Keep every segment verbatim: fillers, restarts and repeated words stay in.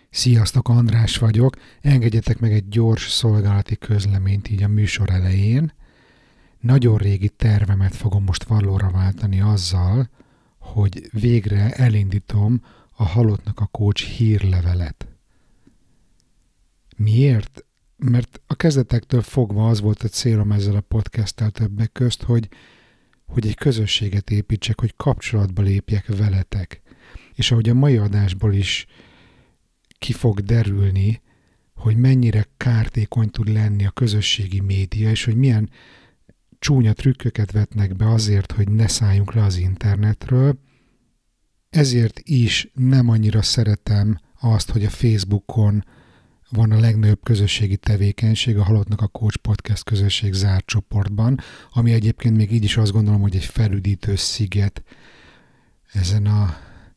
Sziasztok, András vagyok. Engedjetek meg egy gyors szolgálati közleményt így a műsor elején. Nagyon régi tervemet fogom most valóra váltani azzal, hogy végre elindítom a Halottnak a Coach hírlevelet. Miért? Mert a kezdetektől fogva az volt a célom ezzel a podcasttel többek közt, hogy, hogy egy közösséget építsek, hogy kapcsolatba lépjek veletek. És ahogy a mai adásból is ki fog derülni, hogy mennyire kártékony tud lenni a közösségi média, és hogy milyen csúnya trükköket vetnek be azért, hogy ne szálljunk le az internetről. Ezért is nem annyira szeretem azt, hogy a Facebookon van a legnagyobb közösségi tevékenység, a Halottnak a Coach Podcast közösség zárt csoportban, ami egyébként még így is azt gondolom, hogy egy felüdítő sziget ezen a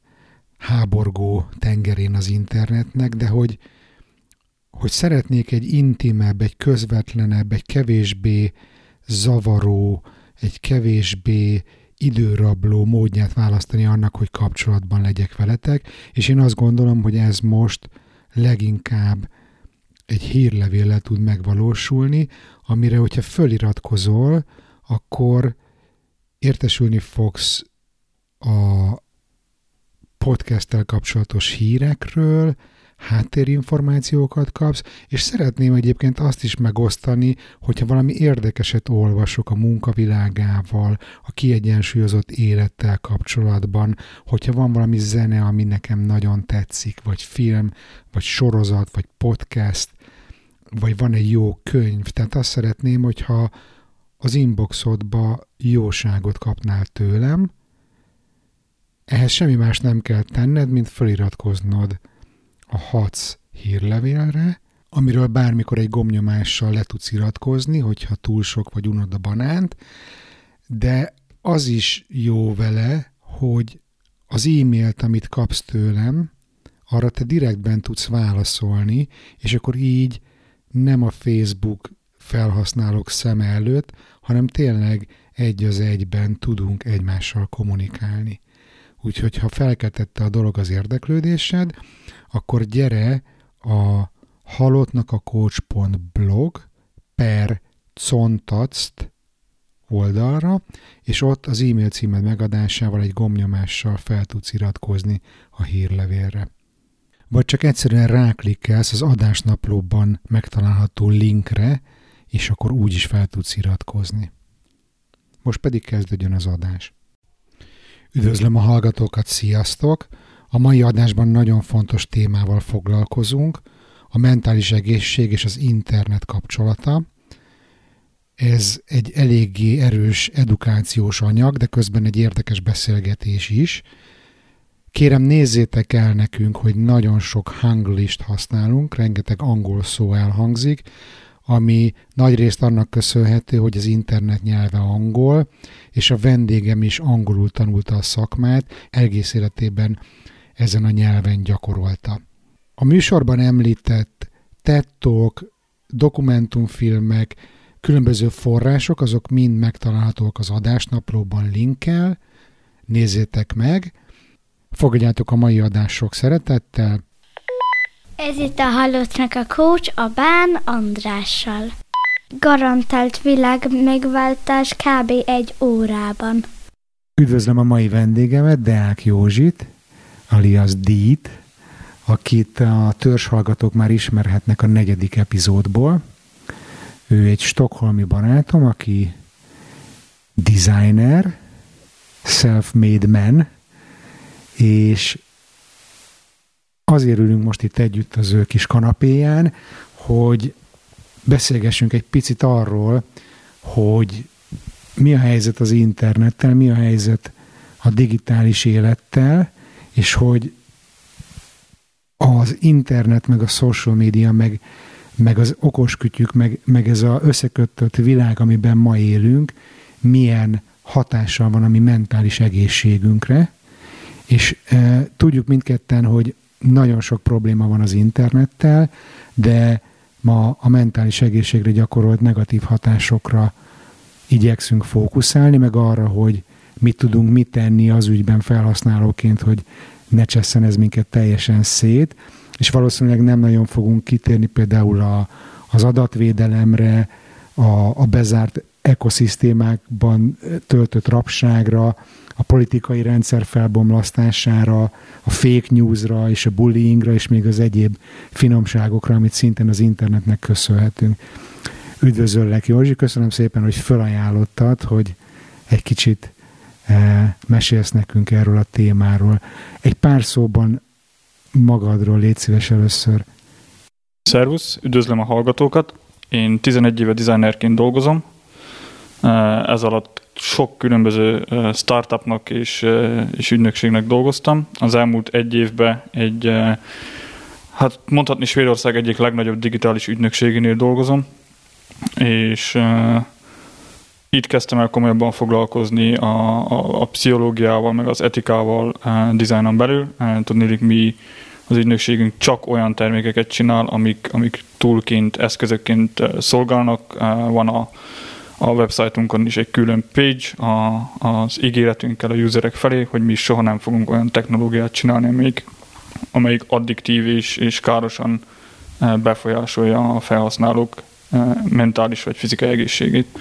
háborgó tengerén az internetnek, de hogy, hogy szeretnék egy intimebb, egy közvetlenebb, egy kevésbé zavaró, egy kevésbé időrabló módját választani annak, hogy kapcsolatban legyek veletek, és én azt gondolom, hogy ez most leginkább egy hírlevéllel tud megvalósulni, amire, hogyha föliratkozol, akkor értesülni fogsz a podcasttel kapcsolatos hírekről, háttérinformációkat kapsz, és szeretném egyébként azt is megosztani, hogyha valami érdekeset olvasok a munkavilágával, a kiegyensúlyozott élettel kapcsolatban, hogyha van valami zene, ami nekem nagyon tetszik, vagy film, vagy sorozat, vagy podcast, vagy van egy jó könyv. Tehát azt szeretném, hogyha az inboxodba jóságot kapnál tőlem. Ehhez semmi más nem kell tenned, mint feliratkoznod a Hatsz hírlevélre, amiről bármikor egy gombnyomással le tudsz iratkozni, hogyha túl sok vagy unod a banánt, de az is jó vele, hogy az e-mailt, amit kapsz tőlem, arra te direktben tudsz válaszolni, és akkor így nem a Facebook felhasználók szeme előtt, hanem tényleg egy az egyben tudunk egymással kommunikálni. Úgyhogy ha felkeltette a dolog az érdeklődésed, akkor gyere a halottnak a coach.blog per contact oldalra, és ott az e-mail címed megadásával egy gombnyomással fel tudsz iratkozni a hírlevélre. Vagy csak egyszerűen ráklikkelsz az adásnaplóban megtalálható linkre, és akkor úgy is fel tudsz iratkozni. Most pedig kezdődjön az adás. Üdvözlöm a hallgatókat, sziasztok! A mai adásban nagyon fontos témával foglalkozunk, a mentális egészség és az internet kapcsolata. Ez egy eléggé erős edukációs anyag, de közben egy érdekes beszélgetés is. Kérem, nézzétek el nekünk, hogy nagyon sok hanglist használunk, rengeteg angol szó elhangzik, ami nagyrészt annak köszönhető, hogy az internet nyelve angol, és a vendégem is angolul tanulta a szakmát, egész életében ezen a nyelven gyakorolta. A műsorban említett TED Talk, dokumentumfilmek, különböző források, azok mind megtalálhatók az adásnaplóban linkkel, nézzétek meg, fogadjátok a mai adás sok szeretettel. Ez itt a Halottnak a Coach a Bán Andrással. Garantált világ megváltás kb. Egy órában. Üdvözlöm a mai vendégemet, Deák Józsit, alias Dít, akit a törzshallgatók már ismerhetnek a negyedik epizódból. Ő egy stockholmi barátom, aki designer, self-made man, és azért ülünk most itt együtt az ő kis kanapéján, hogy beszélgessünk egy picit arról, hogy mi a helyzet az internettel, mi a helyzet a digitális élettel, és hogy az internet, meg a social media, meg, meg az okoskütyük, meg, meg ez az összekötött világ, amiben ma élünk, milyen hatással van a mi mentális egészségünkre, és e, tudjuk mindketten, hogy nagyon sok probléma van az internettel, de ma a mentális egészségre gyakorolt negatív hatásokra igyekszünk fókuszálni, meg arra, hogy mit tudunk mit tenni az ügyben felhasználóként, hogy ne csesszen ez minket teljesen szét. és valószínűleg nem nagyon fogunk kitérni például a, az adatvédelemre, a, a bezárt ekoszisztémákban töltött rabságra, a politikai rendszer felbomlasztására, a fake newsra és a bullyingra, és még az egyéb finomságokra, amit szintén az internetnek köszönhetünk. Üdvözöllek, Józsi, köszönöm szépen, hogy felajánlottad, hogy egy kicsit e, mesélsz nekünk erről a témáról. Egy pár szóban magadról légy szíves először. Szervusz, üdvözlöm a hallgatókat. Én tizenegy éve designerként dolgozom. Ez alatt sok különböző startupnak és, és ügynökségnek dolgoztam. Az elmúlt egy évben egy, hát mondhatni Svédország egyik legnagyobb digitális ügynökségénél dolgozom, és uh, itt kezdtem el komolyabban foglalkozni a, a, a pszichológiával, meg az etikával uh, dizájnon belül. Uh, tudnélik, mi az ügynökségünk csak olyan termékeket csinál, amik, amik toolként, eszközökként uh, szolgálnak. Uh, van a A website-unkon is egy külön page a, az ígéretünkkel a userek felé, hogy mi soha nem fogunk olyan technológiát csinálni, amelyik, amelyik addiktív és, és károsan befolyásolja a felhasználók mentális vagy fizikai egészségét.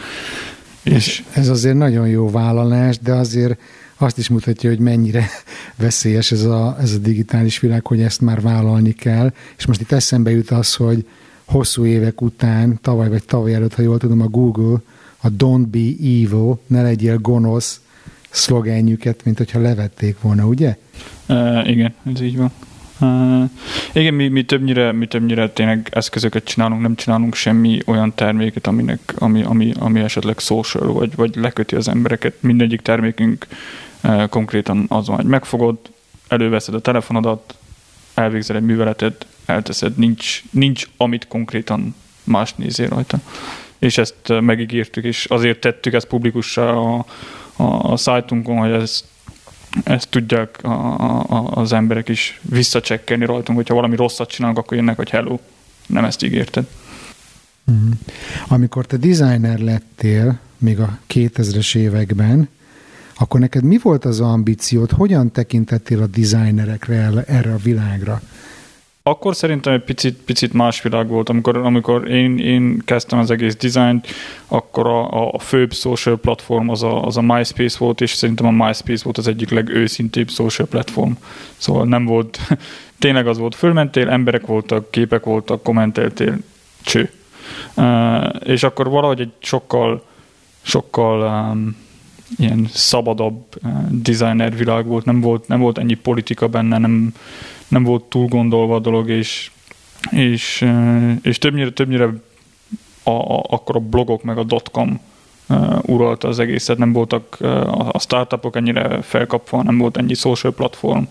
És ez azért nagyon jó vállalás, de azért azt is mutatja, hogy mennyire veszélyes ez a, ez a digitális világ, hogy ezt már vállalni kell. És most itt eszembe jut az, hogy hosszú évek után, tavaly vagy tavaly előtt, ha jól tudom, a Google a Don't be evil, ne legyél gonosz szlogenjüket, mint hogyha levették volna, ugye? Uh, igen, ez így van. Uh, igen, mi, mi, többnyire, mi többnyire tényleg eszközöket csinálunk, nem csinálunk semmi olyan terméket, aminek, ami, ami, ami esetleg social, vagy, vagy leköti az embereket. Mindegyik termékünk uh, konkrétan az van, hogy megfogod, előveszed a telefonodat, elvégzel egy műveletet, elteszed, nincs, nincs amit konkrétan más nézél rajta. És ezt megígértük, és azért tettük ezt publikussá a, a, a szájtunkon, hogy ezt, ezt tudják a, a, az emberek is visszacsekkelni rajtunk, hogyha valami rosszat csinálunk, akkor jönnek, hogy hello, nem ezt ígérted. Mm. Amikor te designer lettél, még a kétezres években, akkor neked mi volt az ambíciód? Hogyan tekintettél a designerekre, erre a világra? Akkor szerintem egy picit, picit más világ volt. Amikor, amikor én, én kezdtem az egész dizájnt, akkor a, a főbb social platform az a, az a MySpace volt, és szerintem a MySpace volt az egyik legőszintébb social platform. Szóval nem volt, tényleg az volt, fölmentél, emberek voltak, képek voltak, kommenteltél, cső. Uh, és akkor valahogy egy sokkal, sokkal um, ilyen szabadabb uh, designer világ volt, nem volt, nem volt ennyi politika benne, nem nem volt túl gondolva a dolog, és, és, és többnyire, többnyire a, a, akkor a blogok meg a dotcom uh, uralta az egészet, nem voltak uh, a startupok ennyire felkapva, nem volt ennyi social platform.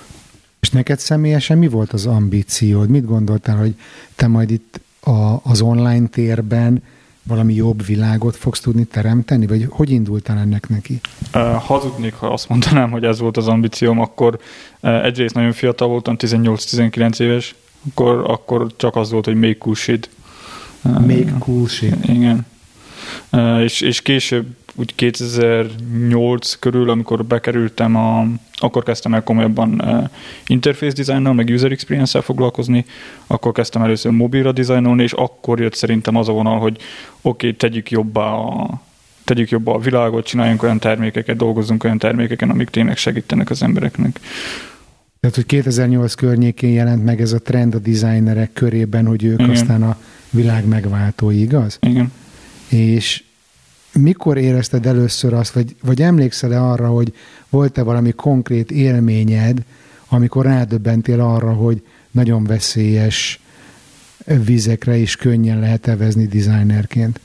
És neked személyesen mi volt az ambíciód? Mit gondoltál, hogy te majd itt a, az online térben valami jobb világot fogsz tudni teremteni? Vagy hogy indultál ennek neki? Uh, hazudnék, ha azt mondanám, hogy ez volt az ambícióm, akkor uh, egyrészt nagyon fiatal voltam, tizennyolc-tizenkilenc éves, akkor, akkor csak az volt, hogy make cool shit. Uh, make cool shit. Igen. Uh, és, és később, úgy kétezer-nyolc körül, amikor bekerültem, a, akkor kezdtem el komolyabban uh, interface designnal, meg user experience-szel foglalkozni, akkor kezdtem először mobilra dizájnolni, és akkor jött szerintem az a vonal, hogy oké, okay, tegyük jobbá a, tegyük jobbá a világot, csináljunk olyan termékeket, dolgozzunk olyan termékeken, amik tényleg segítenek az embereknek. Tehát, hogy kétezer-nyolc környékén jelent meg ez a trend a designerek körében, hogy ők Igen. aztán a világ megváltói, igaz? Igen. És mikor érezted először azt, vagy, vagy emlékszel-e arra, hogy volt-e valami konkrét élményed, amikor rádöbbentél arra, hogy nagyon veszélyes vizekre is könnyen lehet evezni designerként?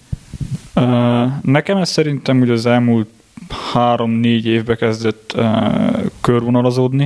Uh, nekem ez szerintem ugye az elmúlt három-négy évbe kezdett uh, körvonalazódni.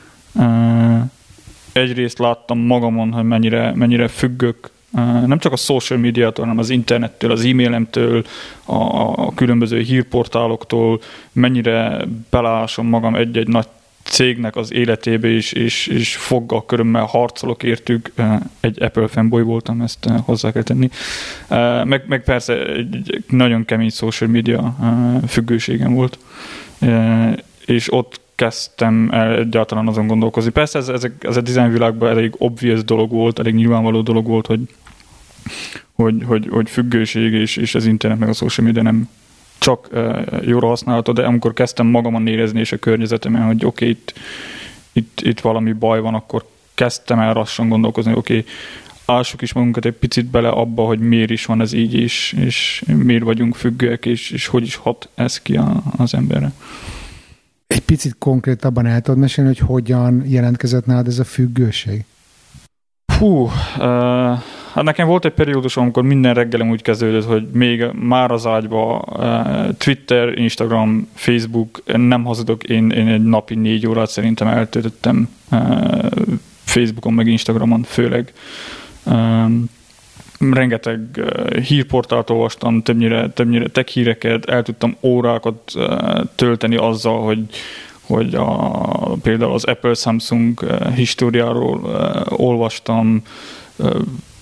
Uh, egyrészt láttam magamon, hogy mennyire, mennyire függök nem csak a social médiától, hanem az internettől, az e-mailemtől, a, a különböző hírportáloktól, mennyire belásom magam egy-egy nagy cégnek az életébe is, és, és foggal, körömmel harcolok értük. Egy Apple fanboy voltam, ezt hozzá kell tenni. Meg, meg persze egy nagyon kemény social media függőségem volt. És ott kezdtem el egyáltalán azon gondolkozni. Persze ez, ez, ez a design világban elég obvious dolog volt, elég nyilvánvaló dolog volt, hogy, hogy, hogy, hogy függőség és, és az internet meg a social media nem csak uh, jóra használható, de amikor kezdtem magamon érezni és a környezetemen, hogy oké, okay, itt, itt, itt valami baj van, akkor kezdtem el lassan gondolkozni, hogy oké, okay, ássuk is magunkat egy picit bele abba, hogy miért is van ez így, és, és miért vagyunk függőek, és, és hogy is hat ez ki a, az emberre. Egy picit konkrétabban el tudod mesélni, hogy hogyan jelentkezett nálad ez a függőség? Hú, uh, hát nekem volt egy periódus, amikor minden reggelem úgy kezdődött, hogy még már az ágyba uh, Twitter, Instagram, Facebook, nem hazudok, én, én egy napi négy órát szerintem eltöltöttem uh, Facebookon, meg Instagramon főleg. Um, rengeteg uh, hírportált olvastam, többnyire, többnyire tech híreket, el tudtam órákat uh, tölteni azzal, hogy, hogy a, például az Apple Samsung uh, históriáról uh, olvastam. Uh,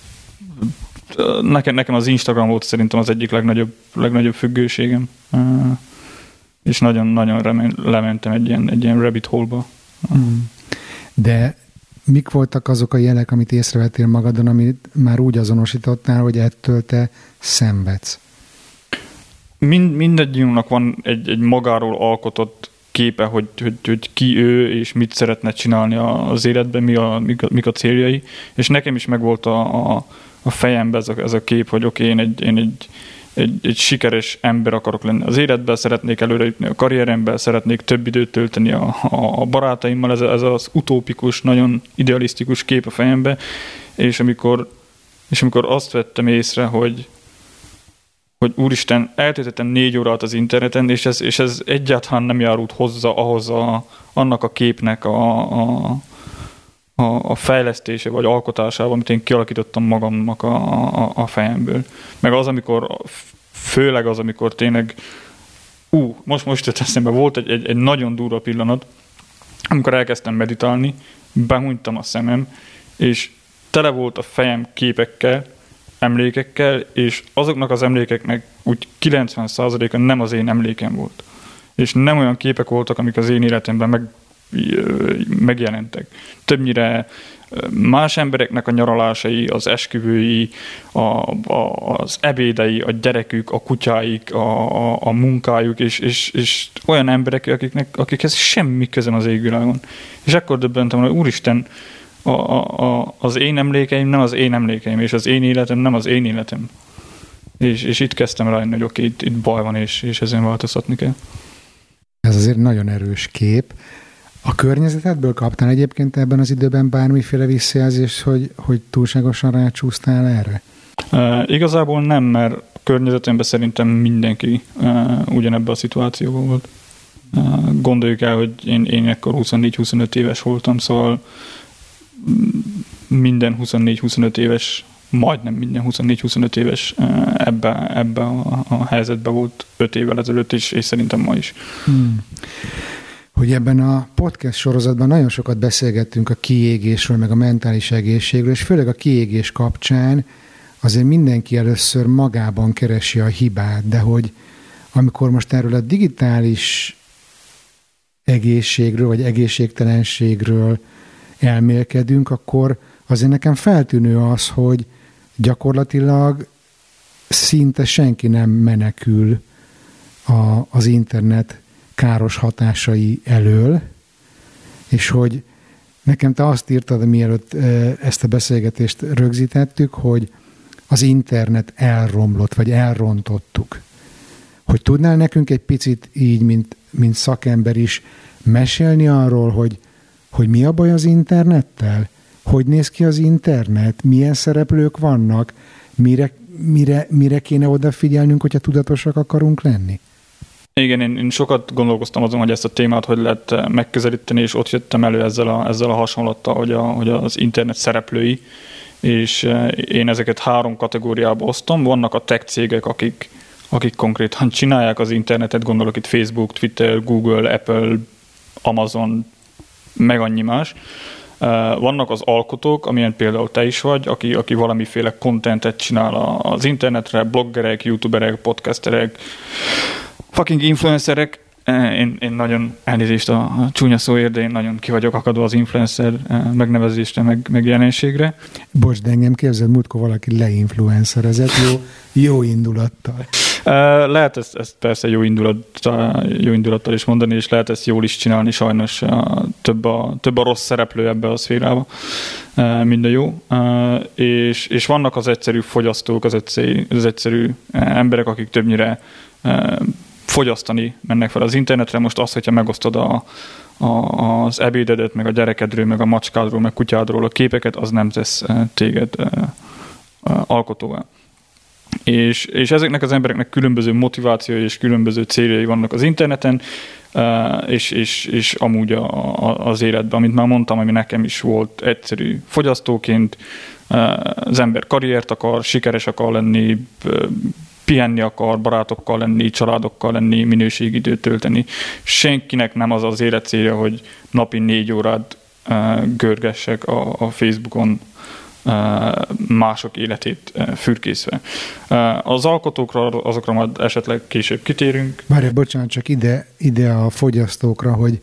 nekem, nekem az Instagram volt szerintem az egyik legnagyobb, legnagyobb függőségem. Uh, és nagyon-nagyon lementem egy ilyen, egy ilyen rabbit hole-ba. Mm. De mik voltak azok a jelek, amit észrevettél magadon, amit már úgy azonosítottál, hogy ettől te szenvedsz? Mind, mindegyünknek van egy, egy magáról alkotott képe, hogy, hogy, hogy ki ő, és mit szeretne csinálni az életben, mi a, mik, a, mik a céljai. És nekem is megvolt a, a, a fejemben ez a, ez a kép, hogy oké, okay, én, egy, én egy, egy, egy sikeres ember akarok lenni az életben, szeretnék előre jutni a karrieremben, szeretnék több időt tölteni a, a, a barátaimmal, ez, ez az utópikus, nagyon idealisztikus kép a fejembe, és amikor, és amikor azt vettem észre, hogy, hogy úristen, eltöltöttem négy órát az interneten, és ez, és ez egyáltalán nem járult hozzá ahhoz a, annak a képnek a, a, a, a fejlesztése vagy alkotásában, amit én kialakítottam magamnak a, a, a fejemből. Meg az, amikor, főleg az, amikor tényleg, ú, most, most jött eszembe, volt egy, egy, egy nagyon durva pillanat, amikor elkezdtem meditálni, behúnytam a szemem, és tele volt a fejem képekkel, emlékekkel, és azoknak az emlékeknek úgy kilencven százaléka nem az én emlékem volt. És nem olyan képek voltak, amik az én életemben meg, megjelentek. Többnyire más embereknek a nyaralásai, az esküvői, a, a, az ebédei, a gyerekük, a kutyáik, a, a, a munkájuk, és, és, és olyan emberek, akiknek, akikhez semmi közöm az égvilágon. És akkor döbbentem, hogy úristen, A, a, az én emlékeim nem az én emlékeim, és az én életem nem az én életem. És, és itt kezdtem rájönni, hogy oké, itt, itt baj van, és, és ezen változtatni kell. Ez azért nagyon erős kép. A környezetedből kaptál egyébként ebben az időben bármiféle visszajelzést, hogy, hogy túlságosan rácsúsztál erre? Uh, igazából nem, mert a környezetemben szerintem mindenki uh, ugyanebben a szituációban volt. Uh, gondoljuk el, hogy én, én ekkor huszonnégy-huszonöt éves voltam, szóval minden huszonnégy-huszonöt éves, majdnem minden huszonnégy-huszonöt éves ebbe, ebbe a, a helyzetbe volt öt évvel ezelőtt is, és szerintem ma is. Hmm. Hogy ebben a podcast sorozatban nagyon sokat beszélgettünk a kiégésről, meg a mentális egészségről, és főleg a kiégés kapcsán azért mindenki először magában keresi a hibát, de hogy amikor most erről a digitális egészségről, vagy egészségtelenségről elmélkedünk, akkor azért nekem feltűnő az, hogy gyakorlatilag szinte senki nem menekül a, az internet káros hatásai elől, és hogy nekem te azt írtad, mielőtt ezt a beszélgetést rögzítettük, hogy az internet elromlott, vagy elrontottuk. Hogy tudnál nekünk egy picit így, mint, mint szakember is mesélni arról, hogy hogy mi a baj az internettel? Hogy néz ki az internet? Milyen szereplők vannak? Mire, mire, mire kéne odafigyelnünk, hogyha tudatosak akarunk lenni? Igen, én, én sokat gondolkoztam azon, hogy ezt a témát hogy lehet megközelíteni, és ott jöttem elő ezzel a, ezzel a hasonlattal, hogy, a, hogy az internet szereplői, és én ezeket három kategóriába osztom. Vannak a tech cégek, akik, akik konkrétan csinálják az internetet, gondolok itt Facebook, Twitter, Google, Apple, Amazon, meg annyi más. Vannak az alkotók, amilyen például te is vagy, aki, aki valamiféle contentet csinál az internetre, bloggerek, youtuberek, podcasterek, fucking influencerek, Én, én nagyon elnézést a, a csúnya szóért, de én nagyon ki vagyok akadva az influencer megnevezésre, meg, meg jelenségre. Bocs, de engem képzeld, múltkor valaki leinfluencerezett jó, jó indulattal. Lehet ezt, ezt persze jó, indulat, jó indulattal is mondani, és lehet ezt jól is csinálni, sajnos több a, több a rossz szereplő ebbe a szférába, mind a jó. És, és vannak az egyszerű fogyasztók, az egyszerű, az egyszerű emberek, akik többnyire fogyasztani mennek fel az internetre. Most az, hogyha megosztod a, a, az ebédedet, meg a gyerekedről, meg a macskádról, meg kutyádról a képeket, az nem tesz téged alkotóvá. És, és ezeknek az embereknek különböző motivációi és különböző céljai vannak az interneten, és, és, és amúgy a, a, az életben, amit már mondtam, ami nekem is volt egyszerű fogyasztóként, az ember karriert akar, sikeres akar lenni, pihenni akar, barátokkal lenni, családokkal lenni, minőségidőt tölteni. Senkinek nem az az élet célja, hogy napi négy órát görgessek a, a Facebookon mások életét fürkészve. Az alkotókra, azokra majd esetleg később kitérünk. Várj, bocsánat, csak ide, ide a fogyasztókra, hogy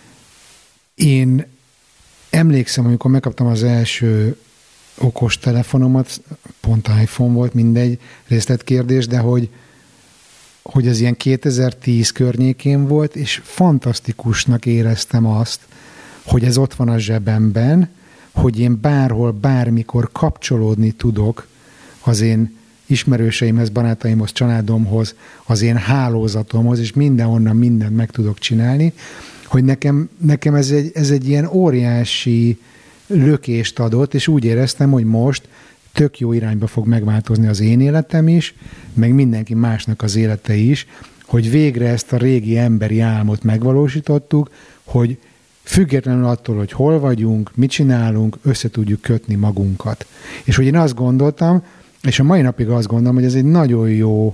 én emlékszem, amikor megkaptam az első okos telefonomat, pont iPhone volt, mindegy részletkérdés, de hogy, hogy az ilyen kétezer-tíz környékén volt, és fantasztikusnak éreztem azt, hogy ez ott van a zsebemben, hogy én bárhol, bármikor kapcsolódni tudok az én ismerőseimhez, barátaimhoz, családomhoz, az én hálózatomhoz, és mindenhonnan mindent meg tudok csinálni, hogy nekem, nekem ez, egy, ez egy ilyen óriási lökést adott, és úgy éreztem, hogy most tök jó irányba fog megváltozni az én életem is, meg mindenki másnak az élete is, hogy végre ezt a régi emberi álmot megvalósítottuk, hogy függetlenül attól, hogy hol vagyunk, mit csinálunk, össze tudjuk kötni magunkat. És hogy én azt gondoltam, és a mai napig azt gondolom, hogy ez egy nagyon jó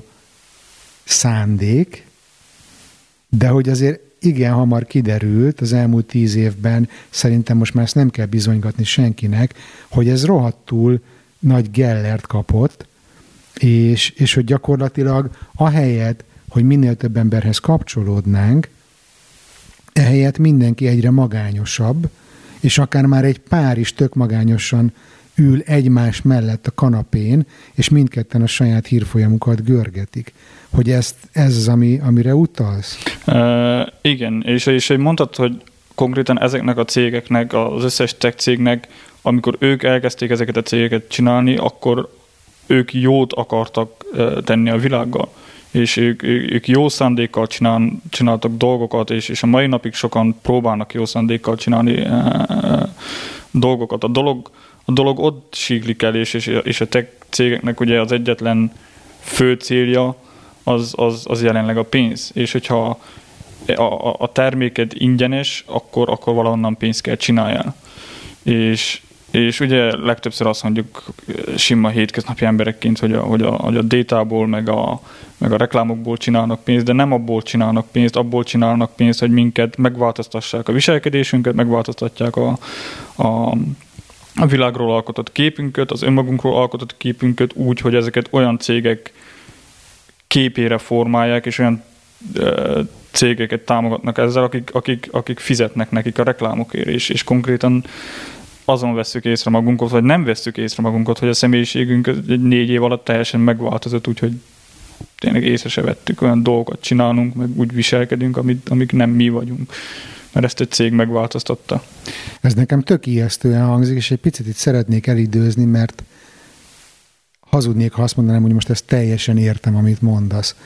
szándék, de hogy azért igen hamar kiderült az elmúlt tíz évben, szerintem most már ezt nem kell bizonygatni senkinek, hogy ez rohadtul nagy gellert kapott, és, és hogy gyakorlatilag ahelyett, hogy minél több emberhez kapcsolódnánk, ehelyett mindenki egyre magányosabb, és akár már egy pár is tök magányosan ül egymás mellett a kanapén, és mindketten a saját hírfolyamukat görgetik. Hogy ezt, ez az, ami, amire utalsz? Uh, igen, és, és mondtad, hogy konkrétan ezeknek a cégeknek, az összes tech cégnek, amikor ők elkezdték ezeket a cégeket csinálni, akkor ők jót akartak uh, tenni a világgal. És ők, ők jó szándékkal csinál, csináltak dolgokat, és, és a mai napig sokan próbálnak jó szándékkal csinálni uh, dolgokat. A dolog, a dolog ott síklik el, és, és a tech cégeknek ugye az egyetlen fő célja az, az, az jelenleg a pénz. És hogyha a, a terméked ingyenes, akkor, akkor valahonnan pénzt kell csináljál. És És ugye legtöbbször azt mondjuk sima hétköznapi emberekként, hogy a, hogy a, hogy a datából, meg a, meg a reklámokból csinálnak pénzt, de nem abból csinálnak pénzt, abból csinálnak pénzt, hogy minket megváltoztassák a viselkedésünket, megváltoztatják a, a, a világról alkotott képünket, az önmagunkról alkotott képünket úgy, hogy ezeket olyan cégek képére formálják, és olyan ö, cégeket támogatnak ezzel, akik, akik, akik fizetnek nekik a reklámokért, és, és konkrétan azon vesszük észre magunkat, vagy nem vesszük észre magunkat, hogy a személyiségünk egy négy év alatt teljesen megváltozott, úgyhogy tényleg észre se vettük, olyan dolgokat csinálunk, meg úgy viselkedünk, amit, amik nem mi vagyunk. Mert ezt egy cég megváltoztatta. Ez nekem tök ijesztően hangzik, és egy picit itt szeretnék elidőzni, mert hazudnék, ha azt mondanám, hogy most ezt teljesen értem, amit mondasz.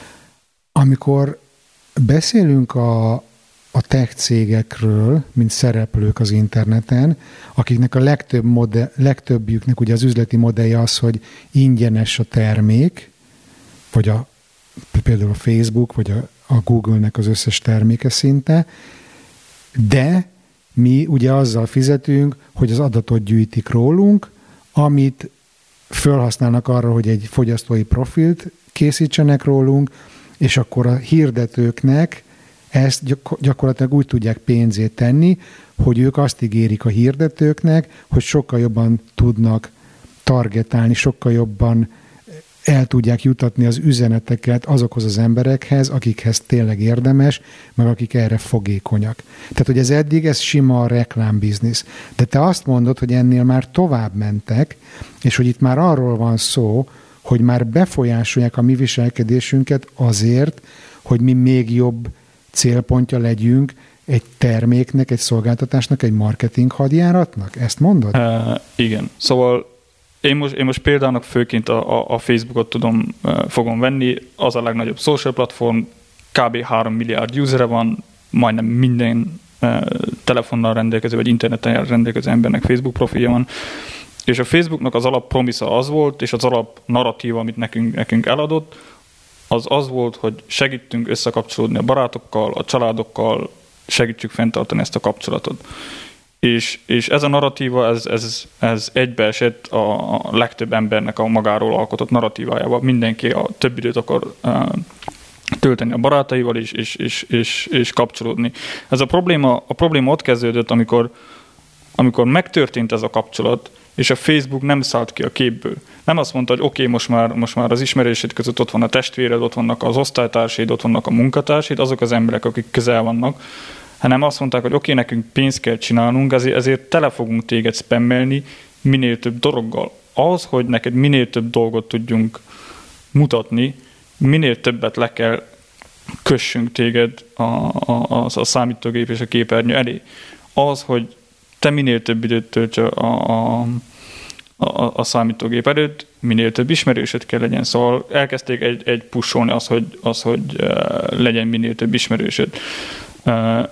Amikor beszélünk a a tech cégekről, mint szereplők az interneten, akiknek a legtöbb modell, legtöbbjüknek ugye az üzleti modellje az, hogy ingyenes a termék, vagy a, például a Facebook, vagy a, a Google-nek az összes terméke szinte, de mi ugye azzal fizetünk, hogy az adatot gyűjtik rólunk, amit felhasználnak arra, hogy egy fogyasztói profilt készítsenek rólunk, és akkor a hirdetőknek ezt gyakorlatilag úgy tudják pénzét tenni, hogy ők azt ígérik a hirdetőknek, hogy sokkal jobban tudnak targetálni, sokkal jobban el tudják jutatni az üzeneteket azokhoz az emberekhez, akikhez tényleg érdemes, meg akik erre fogékonyak. Tehát, hogy ez eddig, ez sima reklámbiznisz. De te azt mondod, hogy ennél már tovább mentek, és hogy itt már arról van szó, hogy már befolyásolják a mi viselkedésünket azért, hogy mi még jobb célpontja legyünk egy terméknek, egy szolgáltatásnak, egy marketing hadjáratnak? Ezt mondod? Uh, igen. Szóval Én most, én most példának főként a, a, a Facebookot tudom, uh, fogom venni, az a legnagyobb social platform, kb. három milliárd usere van, majdnem minden uh, telefonnal rendelkező, vagy interneten rendelkező embernek Facebook profilja van, és a Facebooknak az alap promisza az volt, és az alap narratíva, amit nekünk, nekünk eladott, az az volt, hogy segítünk összekapcsolódni a barátokkal, a családokkal, segítsük fenntartani ezt a kapcsolatot. És, és ez a narratíva, ez, ez, ez egybeesett a, a legtöbb embernek a magáról alkotott narratívájába. Mindenki a több időt akar uh, tölteni a barátaival és, és, és, és, és kapcsolódni. Ez a probléma, a probléma ott kezdődött, amikor, amikor megtörtént ez a kapcsolat, és a Facebook nem szállt ki a képből. Nem azt mondta, hogy oké, okay, most már, most már az ismerésed között ott van a testvéred, ott vannak az osztálytársaid, ott vannak a munkatársaid, azok az emberek, akik közel vannak, hanem azt mondták, hogy oké, okay, nekünk pénzt kell csinálnunk, ezért, ezért tele fogunk téged spammelni minél több dologgal. Az, hogy neked minél több dolgot tudjunk mutatni, minél többet le kell kössünk téged a, a, a, a számítógép és a képernyő elé. Az, hogy te minél több időt tölts a, a, a, a számítógép előtt, minél több ismerősöd kell legyen. Szóval elkezdték egy, egy pusolni az, hogy, az, hogy uh, legyen minél több ismerősöd. Uh,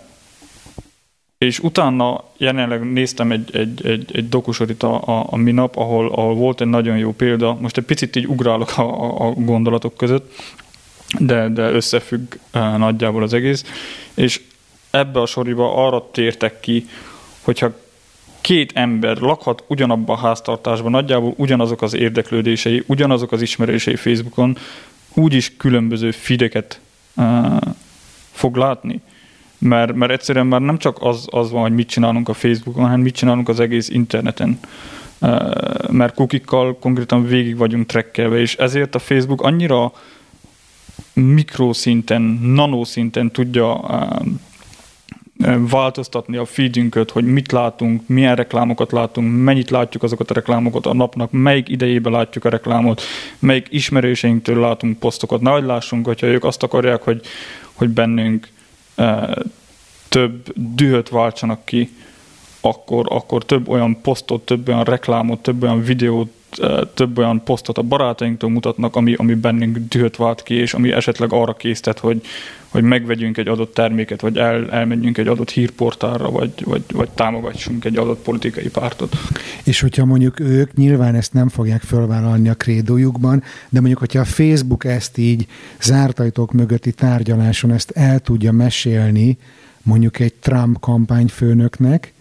és utána jelenleg néztem egy, egy, egy, egy dokusorit a, a, a minap, ahol, ahol volt egy nagyon jó példa. Most egy picit így ugrálok a, a, a gondolatok között, de, de összefügg uh, nagyjából az egész. És ebbe a soriba arra tértek ki, hogyha két ember lakhat ugyanabban a háztartásban, nagyjából ugyanazok az érdeklődései, ugyanazok az ismerései Facebookon, úgyis különböző feedeket uh, fog látni. Mert, mert egyszerűen már nem csak az, az van, hogy mit csinálunk a Facebookon, hanem mit csinálunk az egész interneten. Uh, mert kukikkal konkrétan végig vagyunk trekkelve, és ezért a Facebook annyira mikroszinten, nanoszinten tudja uh, változtatni a feedünket, hogy mit látunk, milyen reklámokat látunk, mennyit látjuk azokat a reklámokat a napnak, melyik idejében látjuk a reklámot, melyik ismerőseinktől látunk posztokat. Nehogy lássunk, hogyha ők azt akarják, hogy, hogy bennünk uh, több dühöt váltsanak ki, akkor, akkor több olyan posztot, több olyan reklámot, több olyan videót, uh, több olyan posztot a barátainktól mutatnak, ami, ami bennünk dühöt vált ki, és ami esetleg arra késztet, hogy hogy megvegyünk egy adott terméket, vagy el, elmenjünk egy adott hírportálra, vagy, vagy, vagy támogassunk egy adott politikai pártot. És hogyha mondjuk ők nyilván ezt nem fogják fölvállalni a krédójukban, de mondjuk, hogyha a Facebook ezt így zárt ajtók mögötti tárgyaláson ezt el tudja mesélni mondjuk egy Trump kampányfőnöknek,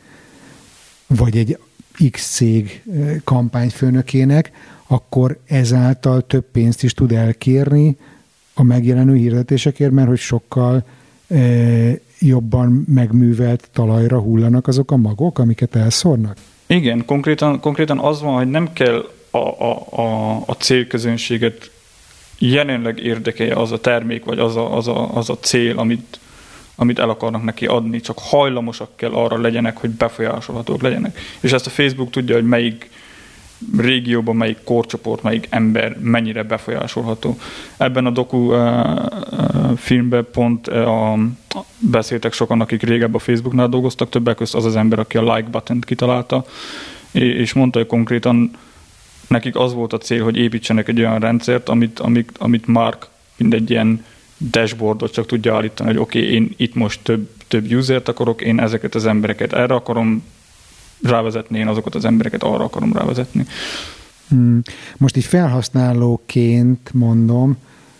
vagy egy X cég kampányfőnökének, akkor ezáltal több pénzt is tud elkérni a megjelenő hirdetésekért, mert hogy sokkal e, jobban megművelt talajra hullanak azok a magok, amiket elszórnak? Igen, konkrétan, konkrétan az van, hogy nem kell a, a, a, a célközönséget jelenleg érdekelje az a termék, vagy az a, az a, az a cél, amit, amit el akarnak neki adni, csak hajlamosak kell arra legyenek, hogy befolyásolhatók legyenek. És ezt a Facebook tudja, hogy melyik régióban, melyik korcsoport, melyik ember mennyire befolyásolható. Ebben a doku uh, uh, filmben pont uh, beszéltek sokan, akik régebb a Facebooknál dolgoztak, többek között az az ember, aki a like button kitalálta, és mondta, hogy konkrétan nekik az volt a cél, hogy építsenek egy olyan rendszert, amit, amit, amit Mark mindegy ilyen dashboardot csak tudja állítani, hogy oké, okay, én itt most több, több usert akarok, én ezeket az embereket erre akarom rávezetni, én azokat az embereket arra akarom rávezetni. Hmm. Most így felhasználóként mondom,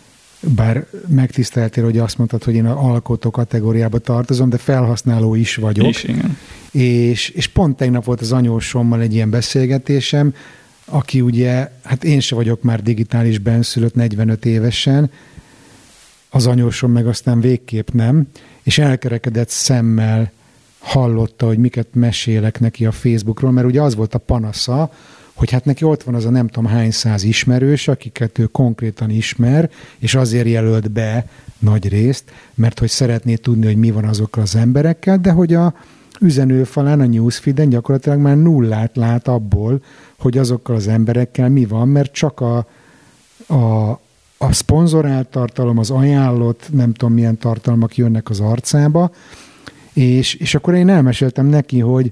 bár megtiszteltél, hogy azt mondtad, hogy én az alkotó kategóriába tartozom, de felhasználó is vagyok. És, igen. És, és pont tegnap volt az anyósommal egy ilyen beszélgetésem, aki ugye, hát én se vagyok már digitális benszülött negyvenöt évesen, az anyósom meg aztán végképp nem, és elkerekedett szemmel hallotta, hogy miket mesélek neki a Facebookról, mert ugye az volt a panasza, hogy hát neki ott van az a nem tudom hány száz ismerős, akiket ő konkrétan ismer, és azért jelölt be nagy részt, mert hogy szeretné tudni, hogy mi van azokkal az emberekkel, de hogy a üzenőfalán, a newsfeeden gyakorlatilag már nullát lát abból, hogy azokkal az emberekkel mi van, mert csak a, a, a szponzorált tartalom, az ajánlott, nem tudom milyen tartalmak jönnek az arcába, és, és akkor én elmeséltem neki, hogy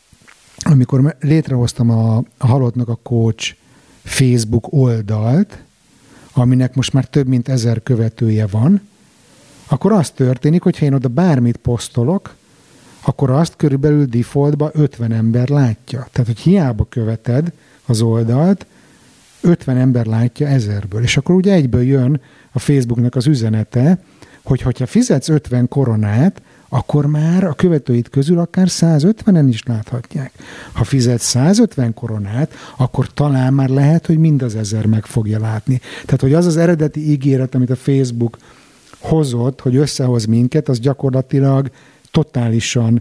amikor létrehoztam a, a Halottnak a Coach Facebook oldalt, aminek most már több mint ezer követője van, akkor az történik, hogyha én oda bármit posztolok, akkor azt körülbelül defaultba ötven ember látja. Tehát, hogy hiába követed az oldalt, ötven ember látja ezerből. És akkor ugye egyből jön a Facebooknak az üzenete, hogy ha fizetsz ötven koronát, akkor már a követőid közül akár százötvenen is láthatják. Ha fizetsz százötven koronát, akkor talán már lehet, hogy mind az ezer meg fogja látni. Tehát, hogy az az eredeti ígéret, amit a Facebook hozott, hogy összehoz minket, az gyakorlatilag totálisan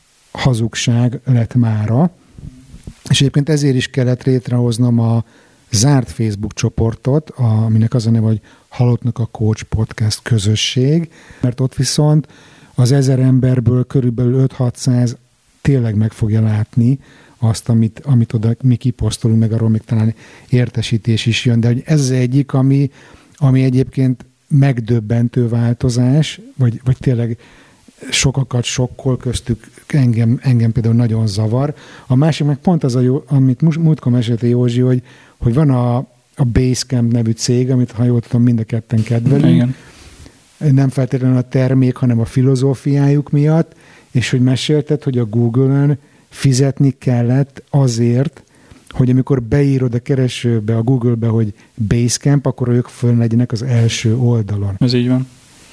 hazugság lett mára. És egyébként ezért is kellett létrehoznom a zárt Facebook csoportot, aminek az a neve, hogy Halottnak a Coach Podcast közösség, mert ott viszont az ezer emberből körülbelül öt-hatszáz tényleg meg fogja látni azt, amit, amit oda mi kiposztolunk, meg arról még talán értesítés is jön. De hogy ez az egyik, ami, ami egyébként megdöbbentő változás, vagy, vagy tényleg sokakat sokkol, köztük engem, engem például nagyon zavar. A másik meg pont az, a jó, amit múltkor mesélte Józsi, hogy, hogy van a, a Basecamp nevű cég, amit ha jól tudom, mind a ketten kedvelünk. Igen. Nem feltétlenül a termék, hanem a filozófiájuk miatt, és hogy mesélted, hogy a Google-ön fizetni kellett azért, hogy amikor beírod a keresőbe, a Google-be, hogy Basecamp, akkor ők fönn legyenek az első oldalon. Ez így van.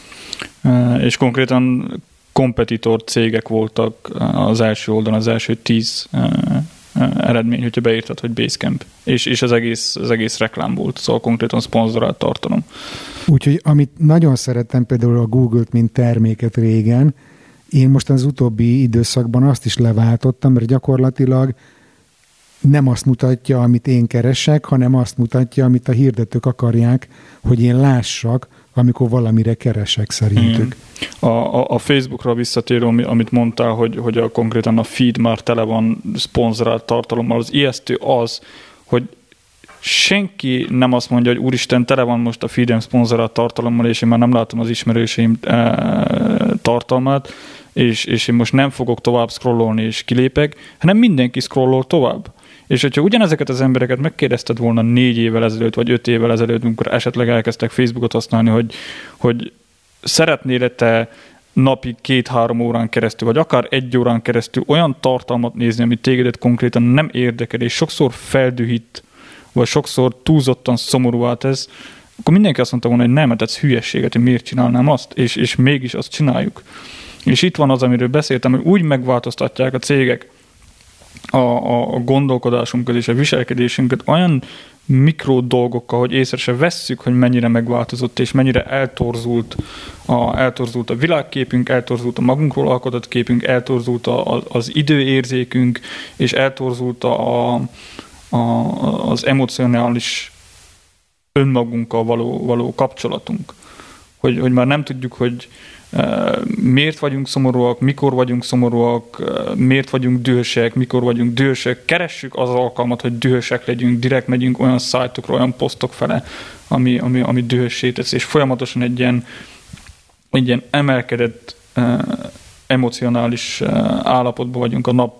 És konkrétan kompetitor cégek voltak az első oldalon, az első tíz eredmény, hogyha beírtad, hogy Basecamp. És, és az, egész, az egész reklám volt, szóval konkrétan szponzorált tartalom. Úgyhogy amit nagyon szerettem például a Google-t, mint terméket régen, én most az utóbbi időszakban azt is leváltottam, mert gyakorlatilag nem azt mutatja, amit én keresek, hanem azt mutatja, amit a hirdetők akarják, hogy én lássak, amikor valamire keresek szerintük. Mm. A, a, a Facebookra visszatérő, amit mondtál, hogy, hogy a, konkrétan a feed már tele van szponzorált tartalommal, az ijesztő az, hogy senki nem azt mondja, hogy úristen, tele van most a feedem szponzorált tartalommal, és én már nem látom az ismerőseim e, tartalmát, és, és én most nem fogok tovább scrollolni, és kilépek, hanem mindenki scrollol tovább. És hogyha ugyanezeket az embereket megkérdezted volna négy évvel ezelőtt, vagy öt évvel ezelőtt, amikor esetleg elkezdtek Facebookot használni, hogy, hogy szeretnél te napi két-három órán keresztül, vagy akár egy órán keresztül olyan tartalmat nézni, amit tégedet konkrétan nem érdekel, és sokszor feldühít, vagy sokszor túlzottan szomorúvá tesz, akkor mindenki azt mondta volna, hogy nem, mert ez hülyességet, én miért csinálnám azt, és, és mégis azt csináljuk. És itt van az, amiről beszéltem, hogy úgy megváltoztatják a cégek a, a, a gondolkodásunkat és a viselkedésünket olyan mikro dolgokkal, hogy észre se vesszük, hogy mennyire megváltozott, és mennyire eltorzult a, eltorzult a világképünk, eltorzult a magunkról alkotott képünk, eltorzult a, a, az időérzékünk, és eltorzult a, a, a, az emocionális önmagunkkal való, való kapcsolatunk. Hogy, hogy már nem tudjuk, hogy miért vagyunk szomorúak, mikor vagyunk szomorúak, miért vagyunk dühösek, mikor vagyunk dühösek. Keressük az alkalmat, hogy dühösek legyünk, direkt megyünk olyan szájtokra, olyan posztok fele, ami, ami, ami dühössé tesz, és folyamatosan egy ilyen, egy ilyen emelkedett uh, emocionális uh, állapotban vagyunk a nap